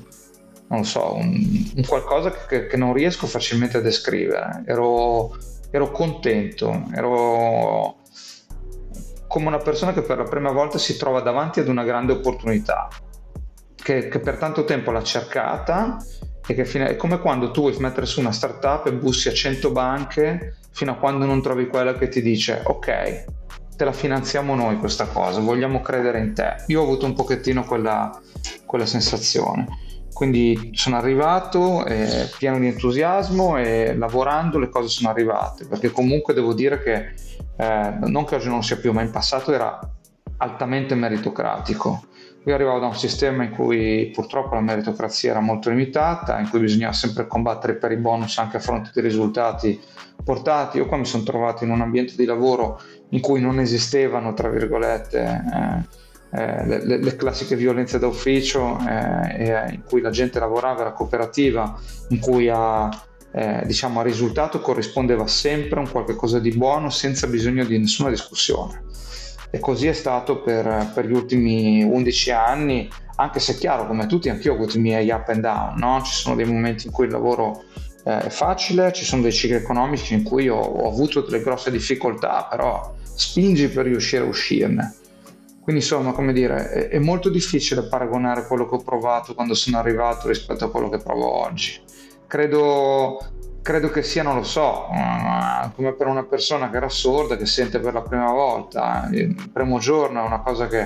qualcosa che non riesco facilmente a descrivere. Ero contento, ero come una persona che per la prima volta si trova davanti ad una grande opportunità, che per tanto tempo l'ha cercata, e che è come quando tu vuoi mettere su una startup e bussi a 100 banche fino a quando non trovi quella che ti dice: ok, te la finanziamo noi questa cosa, vogliamo credere in te. Io ho avuto un pochettino quella sensazione, quindi sono arrivato pieno di entusiasmo, e lavorando le cose sono arrivate, perché comunque devo dire che non che oggi non sia più, ma in passato era altamente meritocratico. Io arrivavo da un sistema in cui purtroppo la meritocrazia era molto limitata, in cui bisognava sempre combattere per i bonus anche a fronte dei risultati portati. Io qua mi sono trovato in un ambiente di lavoro in cui non esistevano, tra virgolette, le classiche violenze da ufficio, in cui la gente lavorava, era cooperativa, in cui al risultato corrispondeva sempre un qualche cosa di buono senza bisogno di nessuna discussione. E così è stato per gli ultimi 11 anni, anche se è chiaro, come tutti, anch'io ho avuto i miei up and down, no? Ci sono dei momenti in cui il lavoro è facile, ci sono dei cicli economici in cui ho avuto delle grosse difficoltà, però spingi per riuscire a uscirne. Quindi insomma, come dire, è molto difficile paragonare quello che ho provato quando sono arrivato rispetto a quello che provo oggi. Credo che sia, non lo so, come per una persona che era sorda, che sente per la prima volta. Il primo giorno è una cosa che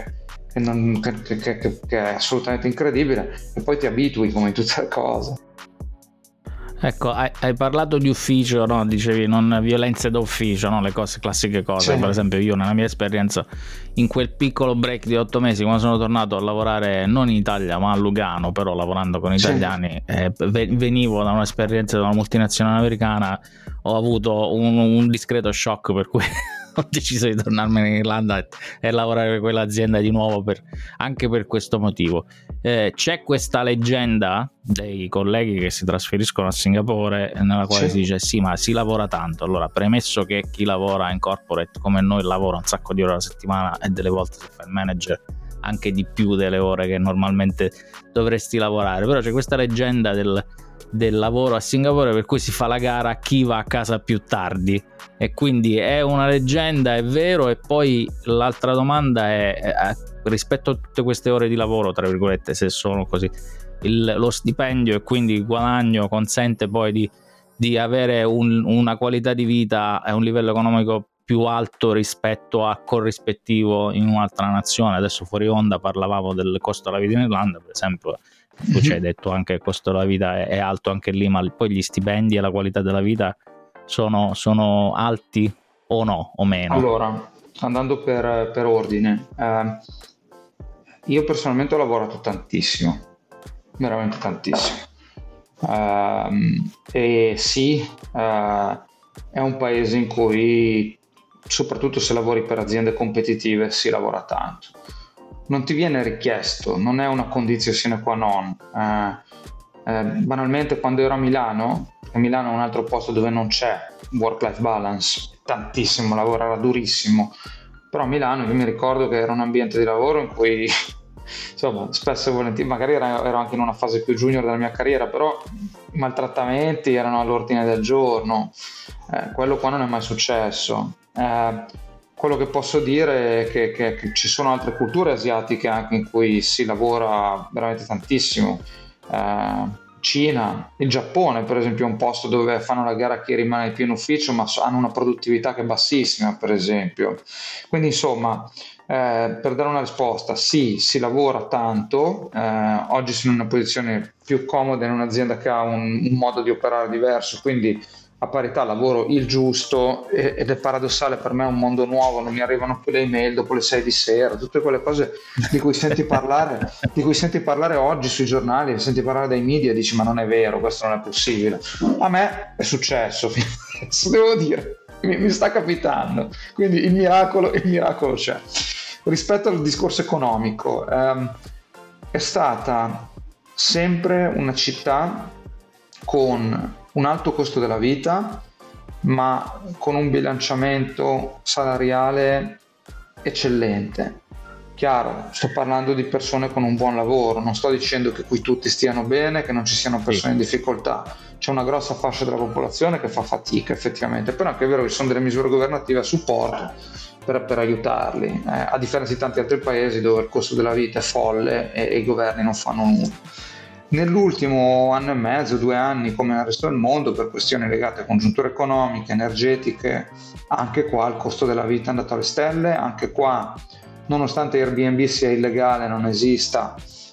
è assolutamente incredibile, e poi ti abitui come in tutte le cose. Ecco, hai parlato di ufficio, no? Dicevi non violenze da ufficio, no? Le classiche cose. Sì. Per esempio io nella mia esperienza, in quel piccolo break di 8 mesi, quando sono tornato a lavorare non in Italia ma a Lugano, però lavorando con italiani, venivo da un'esperienza di una multinazionale americana, ho avuto un discreto shock, per cui ho deciso di tornarmene in Irlanda e lavorare per quell'azienda di nuovo anche per questo motivo. C'è questa leggenda dei colleghi che si trasferiscono a Singapore, nella quale si dice: sì, ma si lavora tanto. Allora, premesso che chi lavora in corporate come noi lavora un sacco di ore alla settimana, e delle volte se fa il manager anche di più delle ore che normalmente dovresti lavorare, però c'è questa leggenda del lavoro a Singapore per cui si fa la gara a chi va a casa più tardi, e quindi è una leggenda, è vero? E poi l'altra domanda è rispetto a tutte queste ore di lavoro, tra virgolette, se sono così, lo stipendio e quindi il guadagno consente poi di avere una qualità di vita e un livello economico più alto rispetto a corrispettivo in un'altra nazione. Adesso fuori onda parlavamo del costo della vita in Irlanda, per esempio. Tu ci hai detto anche che il costo della vita è alto anche lì, ma poi gli stipendi e la qualità della vita sono alti o no, o meno? Allora, andando per ordine, io personalmente ho lavorato tantissimo, veramente tantissimo, e sì, è un paese in cui, soprattutto se lavori per aziende competitive, si lavora tanto. Non ti viene richiesto, non è una condizione sine qua non. Banalmente, quando ero a Milano, e Milano è un altro posto dove non c'è work-life balance, tantissimo lavoro, era durissimo, però a Milano io mi ricordo che era un ambiente di lavoro in cui insomma spesso e volentieri, magari ero anche in una fase più junior della mia carriera, però i maltrattamenti erano all'ordine del giorno. Quello qua non è mai successo. Quello che posso dire è che ci sono altre culture asiatiche anche in cui si lavora veramente tantissimo. Cina, il Giappone per esempio è un posto dove fanno la gara a chi rimane di più in ufficio, ma hanno una produttività che è bassissima per esempio. Quindi insomma, per dare una risposta, sì, si lavora tanto. Oggi sono in una posizione più comoda in un'azienda che ha un modo di operare diverso, quindi a parità lavoro il giusto, ed è paradossale, per me è un mondo nuovo, non mi arrivano più le email dopo le 6 di sera, tutte quelle cose di cui senti parlare oggi sui giornali, senti parlare dai media e dici ma non è vero, questo non è possibile. A me è successo, devo dire, mi sta capitando, quindi il miracolo c'è. Rispetto al discorso economico, è stata sempre una città con un alto costo della vita, ma con un bilanciamento salariale eccellente. Chiaro, sto parlando di persone con un buon lavoro, non sto dicendo che qui tutti stiano bene, che non ci siano persone in difficoltà. C'è una grossa fascia della popolazione che fa fatica effettivamente, però è anche vero che ci sono delle misure governative a supporto per aiutarli, a differenza di tanti altri paesi dove il costo della vita è folle e i governi non fanno nulla. Nell'ultimo anno e mezzo, 2 anni, come nel resto del mondo, per questioni legate a congiunture economiche, energetiche, anche qua il costo della vita è andato alle stelle, anche qua, nonostante Airbnb sia illegale, non esista,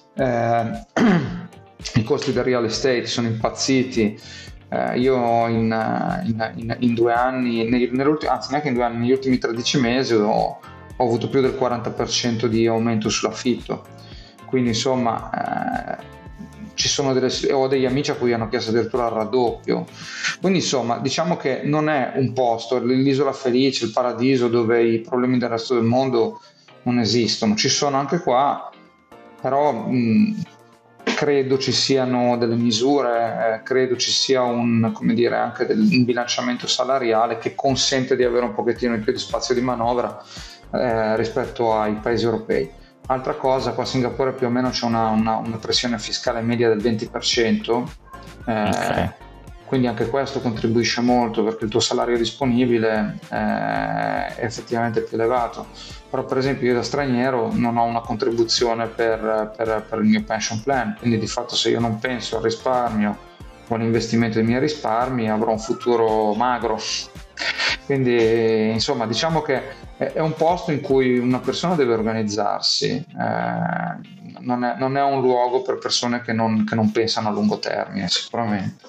i costi del real estate sono impazziti. Io in 2 anni, anzi neanche in 2 anni, negli ultimi 13 mesi ho avuto più del 40% di aumento sull'affitto, quindi insomma ci sono ho degli amici a cui hanno chiesto addirittura il raddoppio. Quindi insomma diciamo che non è un posto, l'isola felice, il paradiso dove i problemi del resto del mondo non esistono, ci sono anche qua, però credo ci siano delle misure, credo ci sia un bilanciamento salariale che consente di avere un pochettino più di spazio di manovra rispetto ai paesi europei. Altra cosa, qua a Singapore più o meno c'è una pressione fiscale media del 20%, okay. Quindi anche questo contribuisce molto perché il tuo salario disponibile è effettivamente più elevato. Però per esempio io da straniero non ho una contribuzione per il mio pension plan, quindi di fatto se io non penso al risparmio o all'investimento dei miei risparmi avrò un futuro magro. Quindi insomma diciamo che è un posto in cui una persona deve organizzarsi, non è un luogo per persone che non pensano a lungo termine sicuramente.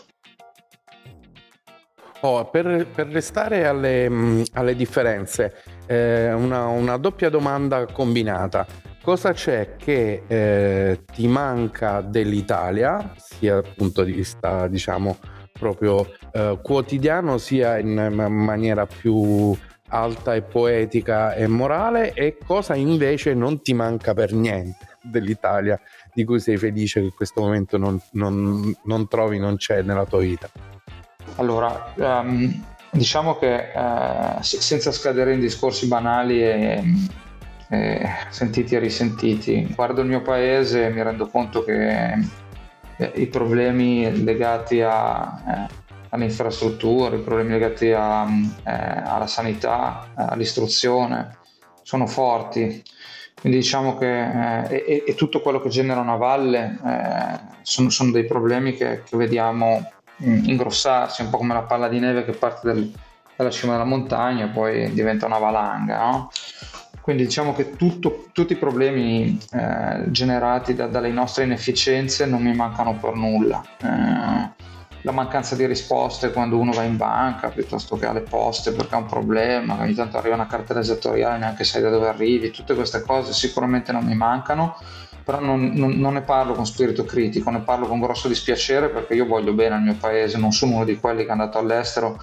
Per restare alle differenze, una doppia domanda combinata. Cosa c'è che ti manca dell'Italia, sia dal punto di vista diciamo proprio quotidiano, sia in maniera più alta e poetica e morale, e cosa invece non ti manca per niente dell'Italia, di cui sei felice che in questo momento non trovi, non c'è nella tua vita? Allora, diciamo che senza scadere in discorsi banali e sentiti e risentiti, guardo il mio paese e mi rendo conto che i problemi legati alle infrastrutture, i problemi legati alla sanità, all'istruzione sono forti, quindi diciamo che e tutto quello che genera una valle sono dei problemi che vediamo ingrossarsi, un po' come la palla di neve che parte dalla cima della montagna e poi diventa una valanga, no? Quindi diciamo che tutti i problemi generati dalle nostre inefficienze non mi mancano per nulla. La mancanza di risposte quando uno va in banca piuttosto che alle poste perché ha un problema, ogni tanto arriva una cartella esattoriale, neanche sai da dove arrivi, tutte queste cose sicuramente non mi mancano, però non ne parlo con spirito critico, ne parlo con grosso dispiacere perché io voglio bene al mio paese, non sono uno di quelli che è andato all'estero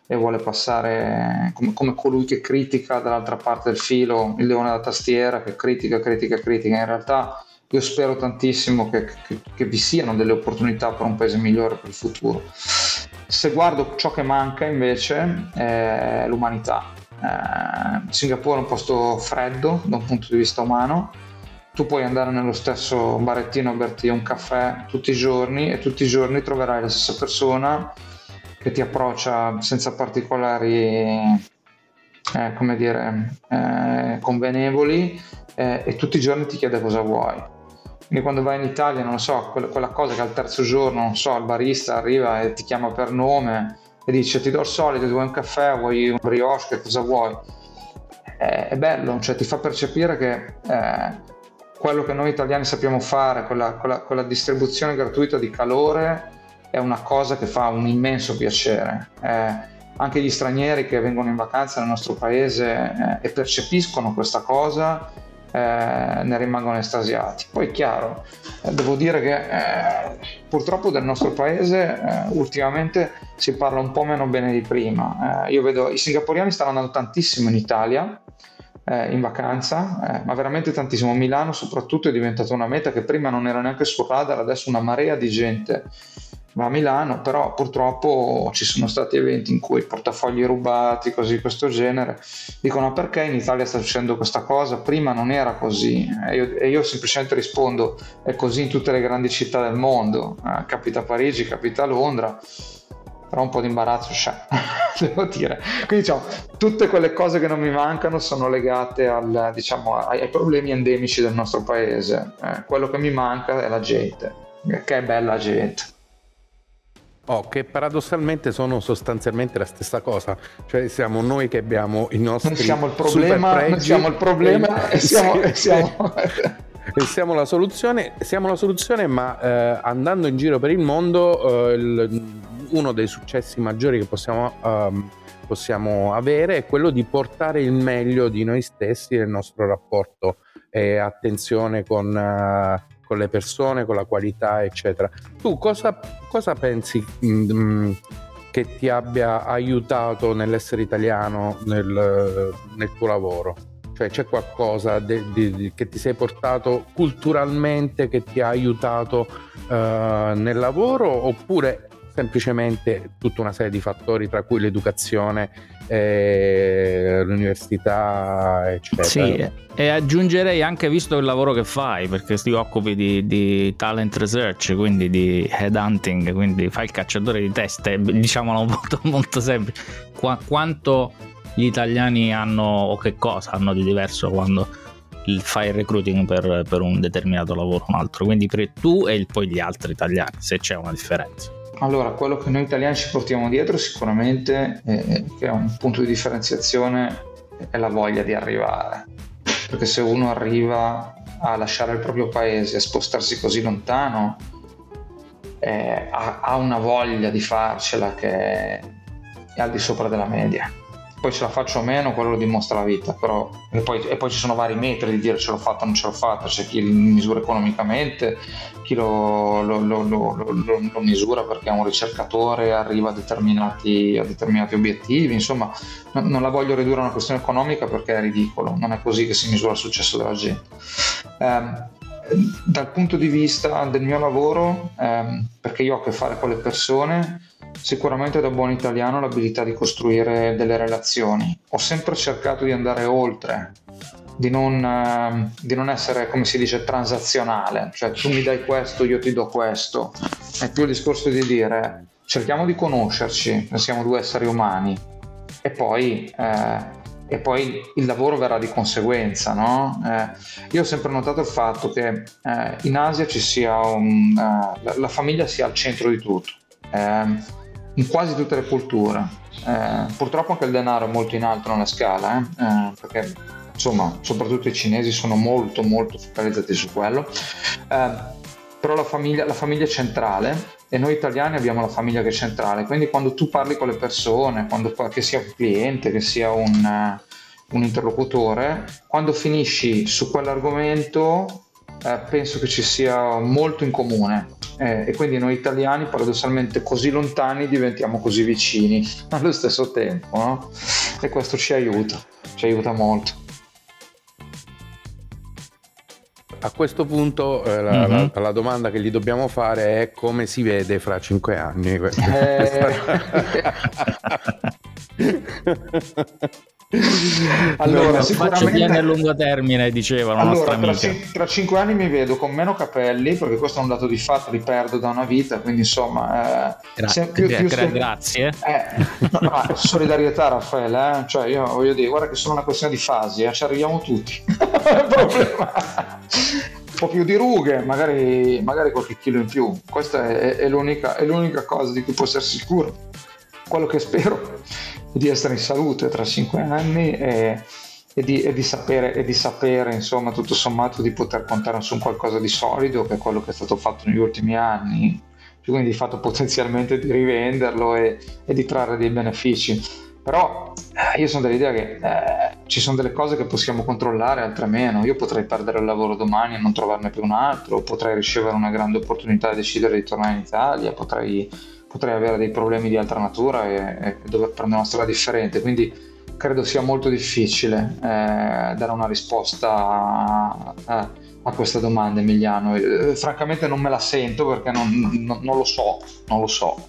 e vuole passare come colui che critica dall'altra parte del filo, il leone da tastiera che critica. In realtà io spero tantissimo che vi siano delle opportunità per un paese migliore per il futuro. Se guardo ciò che manca invece è l'umanità. Singapore è un posto freddo da un punto di vista umano. Tu puoi andare nello stesso barettino a berti un caffè tutti i giorni e tutti i giorni troverai la stessa persona che ti approccia senza particolari convenevoli e tutti i giorni ti chiede cosa vuoi. Quindi quando vai in Italia, non lo so, quella cosa che al terzo giorno, non so, il barista arriva e ti chiama per nome e dice ti do il solito, vuoi un caffè, vuoi un brioche, che cosa vuoi? È bello, cioè ti fa percepire che quello che noi italiani sappiamo fare, quella distribuzione gratuita di calore, è una cosa che fa un immenso piacere. Anche gli stranieri che vengono in vacanza nel nostro paese e percepiscono questa cosa ne rimangono estasiati. Poi chiaro, devo dire che purtroppo del nostro paese ultimamente si parla un po' meno bene di prima. Io vedo i singaporiani stanno andando tantissimo in Italia in vacanza, ma veramente tantissimo. Milano soprattutto è diventata una meta che prima non era neanche sul radar, adesso una marea di gente va a Milano, però purtroppo ci sono stati eventi in cui portafogli rubati, così di questo genere. Dicono perché in Italia sta succedendo questa cosa, prima non era così, e io semplicemente rispondo è così in tutte le grandi città del mondo, capita a Parigi, capita a Londra, però un po' di imbarazzo c'è, devo dire. Quindi diciamo, tutte quelle cose che non mi mancano sono legate ai problemi endemici del nostro paese. Quello che mi manca è la gente, che è bella gente. Che paradossalmente sono sostanzialmente la stessa cosa, cioè siamo noi che abbiamo i nostri siamo il problema e siamo la soluzione, ma andando in giro per il mondo uno dei successi maggiori che possiamo avere è quello di portare il meglio di noi stessi nel nostro rapporto e attenzione con le persone, con la qualità, eccetera. Tu cosa pensi che ti abbia aiutato nell'essere italiano nel tuo lavoro? Cioè c'è qualcosa che ti sei portato culturalmente che ti ha aiutato nel lavoro, oppure semplicemente tutta una serie di fattori tra cui l'educazione, l'università, eccetera? Sì, e aggiungerei anche visto il lavoro che fai, perché ti occupi di talent research, quindi di headhunting, quindi fai il cacciatore di teste, diciamolo molto, molto semplice. Quanto gli italiani hanno, o che cosa hanno di diverso quando fai il recruiting per un determinato lavoro o un altro, quindi tu e poi gli altri italiani, se c'è una differenza? Allora, quello che noi italiani ci portiamo dietro sicuramente, che è un punto di differenziazione, è la voglia di arrivare. Perché se uno arriva a lasciare il proprio paese, a spostarsi così lontano, ha una voglia di farcela che è al di sopra della media. Poi ce la faccio o meno, quello lo dimostra la vita, però e poi ci sono vari metri di dire ce l'ho fatta o non ce l'ho fatta. C'è chi misura economicamente, chi lo misura perché è un ricercatore, arriva a determinati obiettivi. Insomma, non la voglio ridurre a una questione economica perché è ridicolo, non è così che si misura il successo della gente. Dal punto di vista del mio lavoro, perché io ho a che fare con le persone, sicuramente da buon italiano l'abilità di costruire delle relazioni. Ho sempre cercato di andare oltre, di non essere, come si dice, transazionale, cioè tu mi dai questo, io ti do questo. È più il discorso di dire cerchiamo di conoscerci, siamo due esseri umani e poi il lavoro verrà di conseguenza, no? Io ho sempre notato il fatto che in Asia ci sia la famiglia sia al centro di tutto. In quasi tutte le culture, purtroppo anche il denaro è molto in alto nella scala, perché insomma soprattutto i cinesi sono molto molto focalizzati su quello, però la famiglia è centrale e noi italiani abbiamo la famiglia che è centrale, quindi quando tu parli con le persone, che sia un cliente, che sia un interlocutore, quando finisci su quell'argomento penso che ci sia molto in comune. e quindi noi italiani paradossalmente così lontani diventiamo così vicini allo stesso tempo, no? E questo ci aiuta molto. A questo punto la domanda che gli dobbiamo fare è: come si vede fra 5 anni? Allora, sicuramente piani a lungo termine, dicevano. Allora, tra 5 anni mi vedo con meno capelli, perché questo è un dato di fatto, li perdo da una vita, quindi insomma grazie. No, solidarietà, Raffaele, cioè io voglio dire, guarda che sono una questione di fasi, ci arriviamo tutti. Problema. Un po' più di rughe, magari qualche chilo in più. Questa è l'unica cosa di cui può essere sicuro. Quello che spero è di essere in salute tra 5 anni e di sapere, insomma, tutto sommato, di poter contare su qualcosa di solido, che è quello che è stato fatto negli ultimi anni, quindi di fatto potenzialmente di rivenderlo e di trarre dei benefici. Però io sono dell'idea che ci sono delle cose che possiamo controllare, altre meno. Io potrei perdere il lavoro domani e non trovarne più un altro, potrei ricevere una grande opportunità e decidere di tornare in Italia, potrei avere dei problemi di altra natura e dover prendere una strada differente, quindi credo sia molto difficile dare una risposta a questa domanda, Emiliano. Francamente non me la sento, perché non lo so.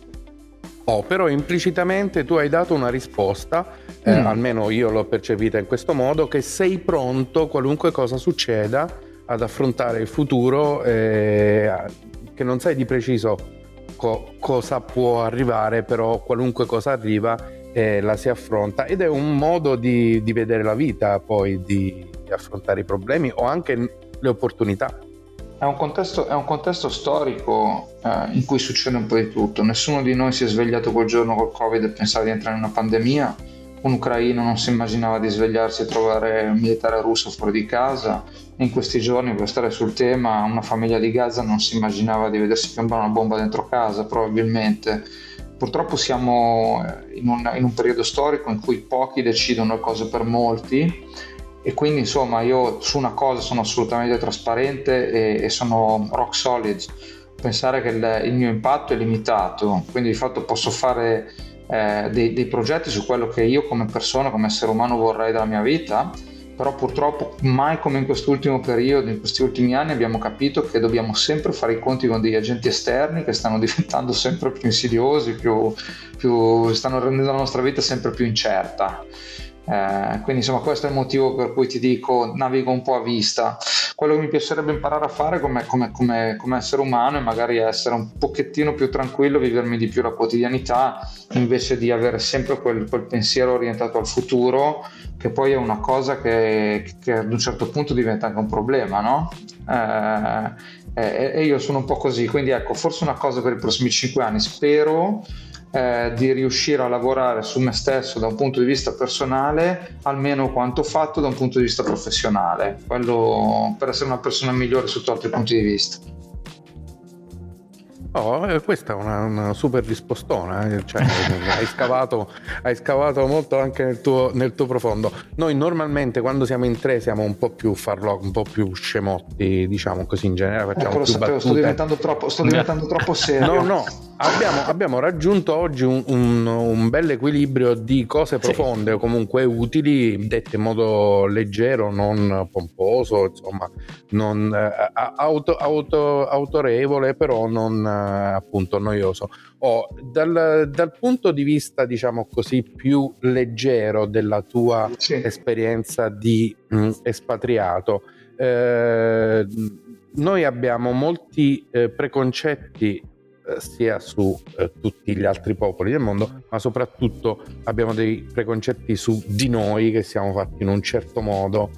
Però implicitamente tu hai dato una risposta, almeno io l'ho percepita in questo modo, che sei pronto, qualunque cosa succeda, ad affrontare il futuro, che non sai di preciso cosa può arrivare, però qualunque cosa arriva la si affronta, ed è un modo di vedere la vita, poi di affrontare i problemi o anche le opportunità. È un contesto storico in cui succede un po' di tutto. Nessuno di noi si è svegliato quel giorno col Covid e pensava di entrare in una pandemia. Un ucraino non si immaginava di svegliarsi e trovare un militare russo fuori di casa. In questi giorni, per stare sul tema, una famiglia di Gaza non si immaginava di vedersi piombare una bomba dentro casa, probabilmente. Purtroppo siamo in un periodo storico in cui pochi decidono le cose per molti, e quindi insomma io su una cosa sono assolutamente trasparente e sono rock solid. Pensare che il mio impatto è limitato, quindi di fatto posso fare dei progetti su quello che io come persona, come essere umano vorrei dalla mia vita, però purtroppo mai come in quest'ultimo periodo, in questi ultimi anni, abbiamo capito che dobbiamo sempre fare i conti con degli agenti esterni che stanno diventando sempre più insidiosi, stanno rendendo la nostra vita sempre più incerta. Quindi insomma questo è il motivo per cui ti dico, navigo un po' a vista. Quello che mi piacerebbe imparare a fare come essere umano è magari essere un pochettino più tranquillo, vivermi di più la quotidianità, invece di avere sempre quel pensiero orientato al futuro, che poi è una cosa che ad un certo punto diventa anche un problema, no? E io sono un po' così, quindi ecco, forse una cosa per i prossimi 5 anni, spero di riuscire a lavorare su me stesso da un punto di vista personale almeno quanto fatto da un punto di vista professionale, quello per essere una persona migliore sotto altri punti di vista. Questa è una super rispostona, cioè, hai scavato molto anche nel tuo profondo. Noi normalmente quando siamo in tre siamo un po' più farlocchi, un po' più scemotti, diciamo così, in generale facciamo più battute. Sto diventando troppo serio. No, abbiamo raggiunto oggi un bel equilibrio di cose profonde o comunque utili, dette in modo leggero, non pomposo, insomma, non autorevole, però non appunto noioso. Dal punto di vista, diciamo così, più leggero della tua esperienza di espatriato, noi abbiamo molti preconcetti sia su tutti gli altri popoli del mondo, ma soprattutto abbiamo dei preconcetti su di noi, che siamo fatti in un certo modo,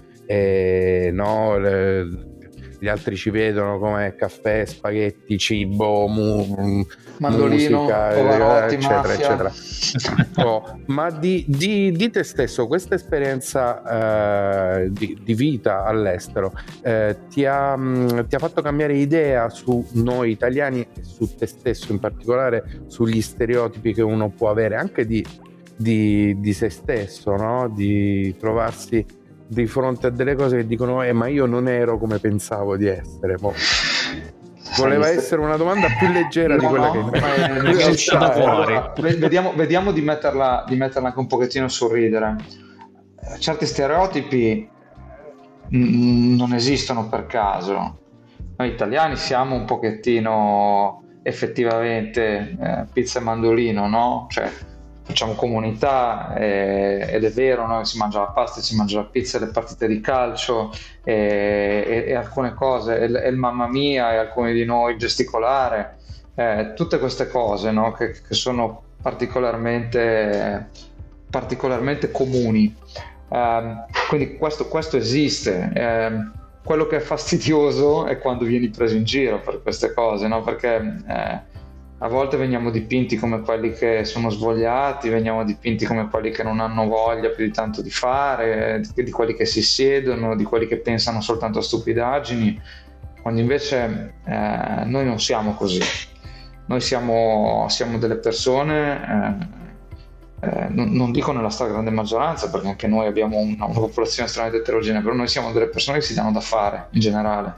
gli altri ci vedono come caffè, spaghetti, cibo, mandolino, musica, Pavarotti, eccetera. Ma di te stesso, questa esperienza di vita all'estero ti ha fatto cambiare idea su noi italiani e su te stesso, in particolare sugli stereotipi che uno può avere anche di se stesso, no? Di trovarsi di fronte a delle cose che dicono ma io non ero come pensavo di essere. Voleva essere una domanda più leggera di quella che è uscita fuori. Vediamo di metterla anche un pochettino sul ridere. Certi stereotipi non esistono per caso. Noi italiani siamo un pochettino effettivamente pizza e mandolino, no? Cioè facciamo comunità ed è vero, no? Si mangia la pasta, si mangia la pizza, le partite di calcio e alcune cose, e il mamma mia e alcuni di noi gesticolare, tutte queste cose, no? che sono particolarmente comuni. Quindi questo esiste. Quello che è fastidioso è quando vieni preso in giro per queste cose, no? Perché a volte veniamo dipinti come quelli che sono svogliati, veniamo dipinti come quelli che non hanno voglia più di tanto di fare, di quelli che si siedono, di quelli che pensano soltanto a stupidaggini, quando invece noi non siamo così. Noi siamo delle persone, non dico nella stragrande maggioranza, perché anche noi abbiamo una popolazione estremamente eterogenea, però noi siamo delle persone che si danno da fare in generale.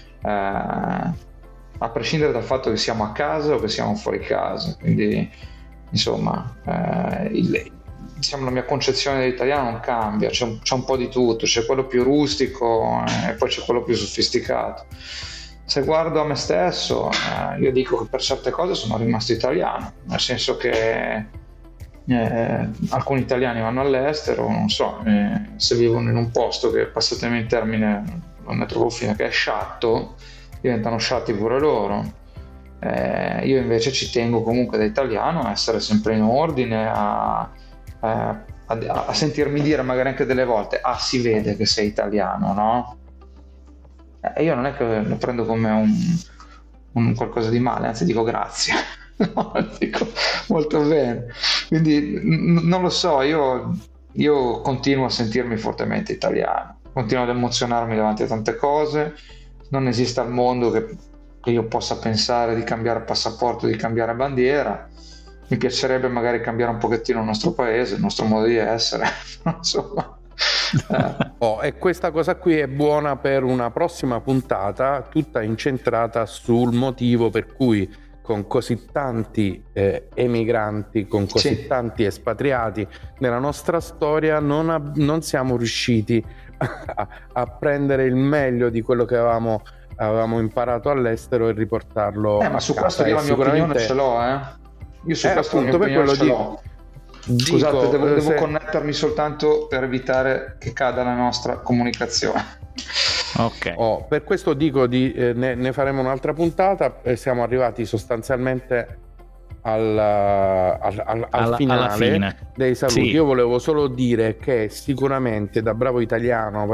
A prescindere dal fatto che siamo a casa o che siamo fuori casa, quindi insomma diciamo la mia concezione dell'italiano non cambia, c'è un po' di tutto, c'è quello più rustico e poi c'è quello più sofisticato. Se guardo a me stesso, io dico che per certe cose sono rimasto italiano, nel senso che alcuni italiani vanno all'estero, non so, se vivono in un posto che, passatemi il termine, non ne trovo fine, che è sciatto, diventano sciatti pure loro. Io invece ci tengo comunque da italiano a essere sempre in ordine, a sentirmi dire magari anche delle volte si vede che sei italiano, no? Io non è che lo prendo come un qualcosa di male, anzi dico grazie. No, dico molto bene. Quindi non lo so, io continuo a sentirmi fortemente italiano, continuo ad emozionarmi davanti a tante cose. Non esiste al mondo che io possa pensare di cambiare passaporto, di cambiare bandiera. Mi piacerebbe magari cambiare un pochettino il nostro paese, il nostro modo di essere, insomma. E questa cosa qui è buona per una prossima puntata, tutta incentrata sul motivo per cui con così tanti emigranti, con così tanti espatriati nella nostra storia non siamo riusciti a prendere il meglio di quello che avevamo imparato all'estero e riportarlo ma su questo io la mia opinione ce l'ho, io su questo appunto per quello ce l'ho. Scusate, devo connettermi soltanto per evitare che cada la nostra comunicazione. Ok. Per questo dico ne faremo un'altra puntata. Siamo arrivati sostanzialmente al finale, alla fine dei saluti. Sì. Io volevo solo dire che sicuramente, da bravo italiano,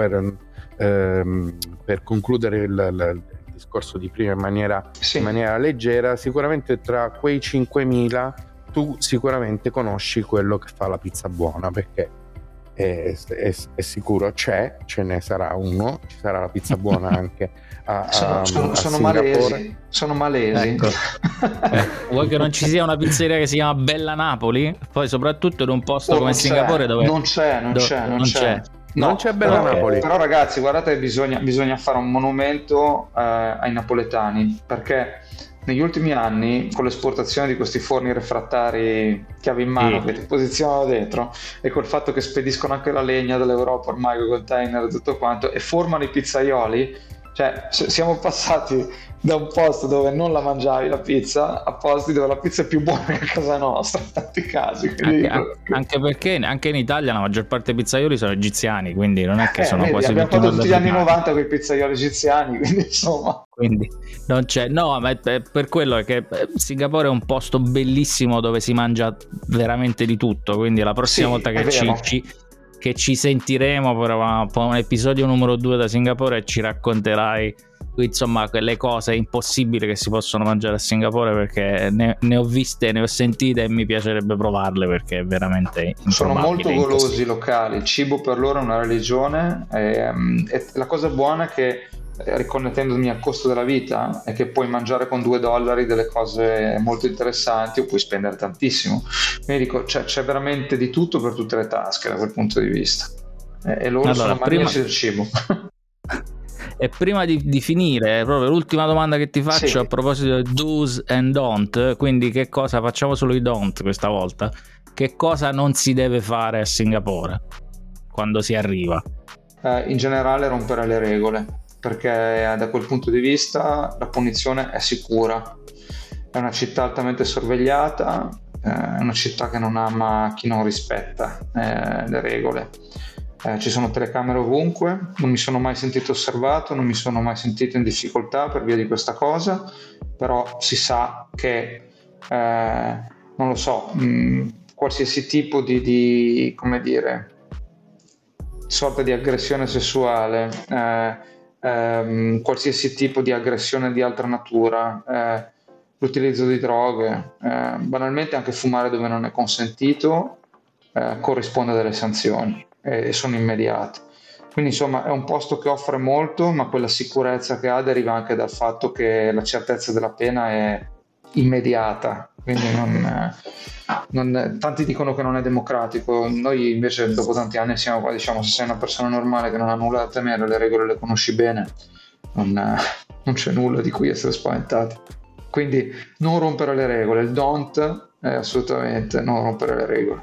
per concludere il discorso di prima in maniera leggera, sicuramente tra quei 5.000 tu sicuramente conosci quello che fa la pizza buona, perché è sicuro ce ne sarà uno, ci sarà la pizza buona anche sono malesi. Ecco. Vuoi che non ci sia una pizzeria che si chiama Bella Napoli? Poi soprattutto in un posto come Singapore dove non c'è. Non c'è Bella Napoli. Però ragazzi, guardate, bisogna fare un monumento ai napoletani, perché negli ultimi anni, con l'esportazione di questi forni refrattari chiave in mano che ti posizionano dentro, e col fatto che spediscono anche la legna dall'Europa ormai con i container e tutto quanto, e formano i pizzaioli, cioè siamo passati da un posto dove non la mangiavi la pizza a posti dove la pizza è più buona che a casa nostra in tanti casi. Anche perché anche in Italia la maggior parte dei pizzaioli sono egiziani, quindi non è che sono quasi abbiamo fatto tutti gli anni 90 con i pizzaioli egiziani, quindi insomma, quindi non c'è, no, ma è per quello che Singapore è un posto bellissimo dove si mangia veramente di tutto, quindi la prossima volta che ci sentiremo per un episodio numero 2 da Singapore ci racconterai insomma quelle cose impossibili che si possono mangiare a Singapore, perché ne ho viste, ne ho sentite e mi piacerebbe provarle, perché è veramente sono molto golosi i locali, il cibo per loro è una religione, e la cosa buona è che, riconnettendomi al costo della vita, è che puoi mangiare con $2 delle cose molto interessanti o puoi spendere tantissimo. Quindi dico, c'è veramente di tutto per tutte le tasche da quel punto di vista, e loro sono maniaci del cibo. E prima di finire, proprio l'ultima domanda che ti faccio, sì, a proposito di do's and don't, quindi che cosa facciamo solo i don't questa volta? Che cosa non si deve fare a Singapore quando si arriva? In generale rompere le regole, perché da quel punto di vista la punizione è sicura. È una città altamente sorvegliata, è una città che non ama chi non rispetta le regole. Ci sono telecamere ovunque, non mi sono mai sentito osservato, non mi sono mai sentito in difficoltà per via di questa cosa, però si sa che, non lo so, qualsiasi tipo di come dire, sorta di aggressione sessuale, qualsiasi tipo di aggressione di altra natura, l'utilizzo di droghe, banalmente anche fumare dove non è consentito, corrisponde a delle sanzioni e sono immediate. Quindi insomma è un posto che offre molto, ma quella sicurezza che ha deriva anche dal fatto che la certezza della pena è immediata, quindi tanti dicono che non è democratico, noi invece dopo tanti anni siamo qua, diciamo, se sei una persona normale che non ha nulla da temere, le regole le conosci bene, non c'è nulla di cui essere spaventati. Quindi non rompere le regole, il don't è assolutamente non rompere le regole.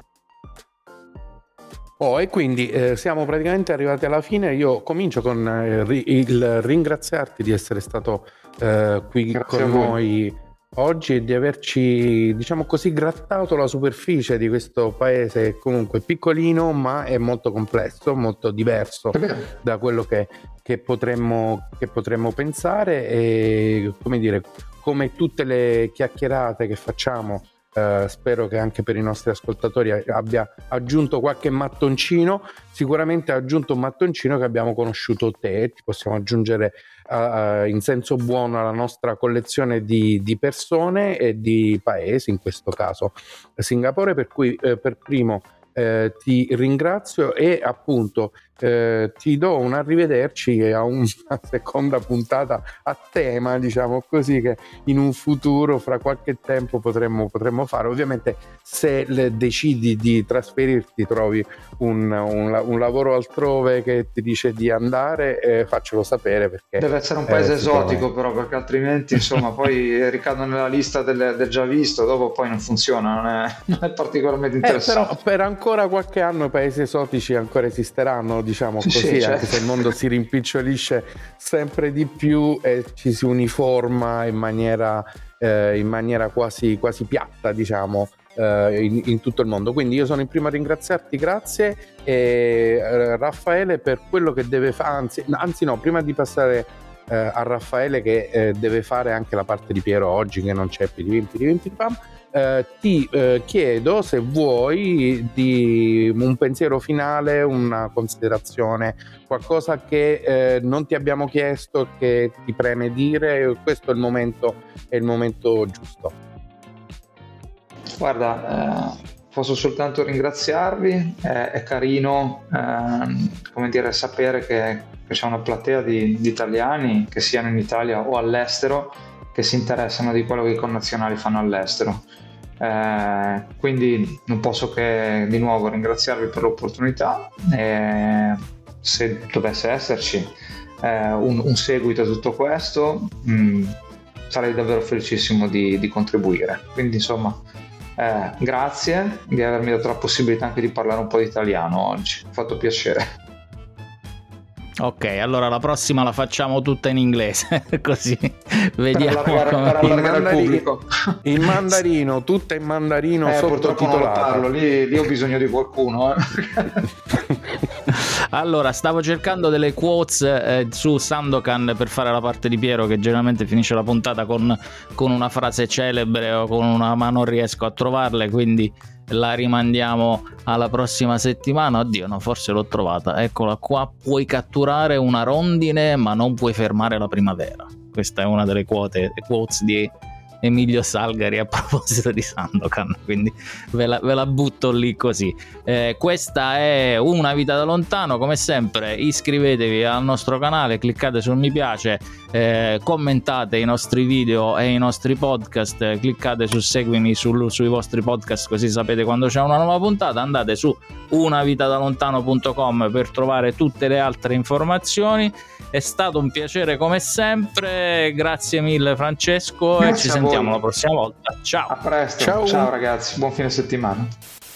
E quindi siamo praticamente arrivati alla fine. Io comincio con il ringraziarti di essere stato qui Grazie con noi oggi e di averci, diciamo così, grattato la superficie di questo paese comunque piccolino, ma è molto complesso, molto diverso da quello che potremmo pensare, e come dire, come tutte le chiacchierate che facciamo, spero che anche per i nostri ascoltatori abbia aggiunto qualche mattoncino. Sicuramente ha aggiunto un mattoncino che abbiamo conosciuto te, ti possiamo aggiungere in senso buono alla nostra collezione di persone e di paesi, in questo caso Singapore, per cui per primo ti ringrazio e appunto ti do un arrivederci a una seconda puntata a tema, diciamo così, che in un futuro fra qualche tempo potremmo fare. Ovviamente se decidi di trasferirti, trovi un lavoro altrove che ti dice di andare, faccelo sapere, perché deve essere un paese esotico, però, perché altrimenti insomma poi ricado nella lista del già visto, dopo poi non funziona, non è particolarmente interessante. Però per ancora qualche anno i paesi esotici ancora esisteranno, diciamo così, sì, anche se il mondo si rimpicciolisce sempre di più e ci si uniforma in maniera quasi piatta, diciamo, in tutto il mondo. Quindi io sono il primo a ringraziarti, grazie, e Raffaele per quello che deve fare, anzi no, prima di passare a Raffaele che deve fare anche la parte di Piero oggi, che non c'è, ti chiedo se vuoi di un pensiero finale, una considerazione, qualcosa che non ti abbiamo chiesto, che ti preme dire. Questo è il momento giusto. Guarda, posso soltanto ringraziarvi, è carino come dire, sapere che c'è una platea di italiani, che siano in Italia o all'estero, che si interessano di quello che i connazionali fanno all'estero. Quindi non posso che di nuovo ringraziarvi per l'opportunità, e se dovesse esserci un seguito a tutto questo, sarei davvero felicissimo di contribuire. Quindi insomma grazie di avermi dato la possibilità anche di parlare un po' di italiano oggi, mi ha fatto piacere. Ok, allora la prossima la facciamo tutta in inglese, così vediamo per allargare il pubblico. In mandarino, tutta in mandarino, sottotitolato. Lì ho bisogno di qualcuno. Allora, stavo cercando delle quotes su Sandokan per fare la parte di Piero, che generalmente finisce la puntata con una frase celebre o con una, ma non riesco a trovarle, quindi la rimandiamo alla prossima settimana. Oddio, no, forse l'ho trovata, eccola qua: puoi catturare una rondine ma non puoi fermare la primavera. Questa è una delle quotes di Emilio Salgari a proposito di Sandokan, quindi ve la butto lì così. Questa è Una vita da lontano. Come sempre iscrivetevi al nostro canale, cliccate sul mi piace, commentate i nostri video e i nostri podcast, cliccate su seguimi sui vostri podcast, così sapete quando c'è una nuova puntata. Andate su unavitadalontano.com per trovare tutte le altre informazioni è stato un piacere come sempre, grazie mille Francesco, grazie, e ci sentiamo la prossima volta. Ciao. A presto, ciao ragazzi, buon fine settimana.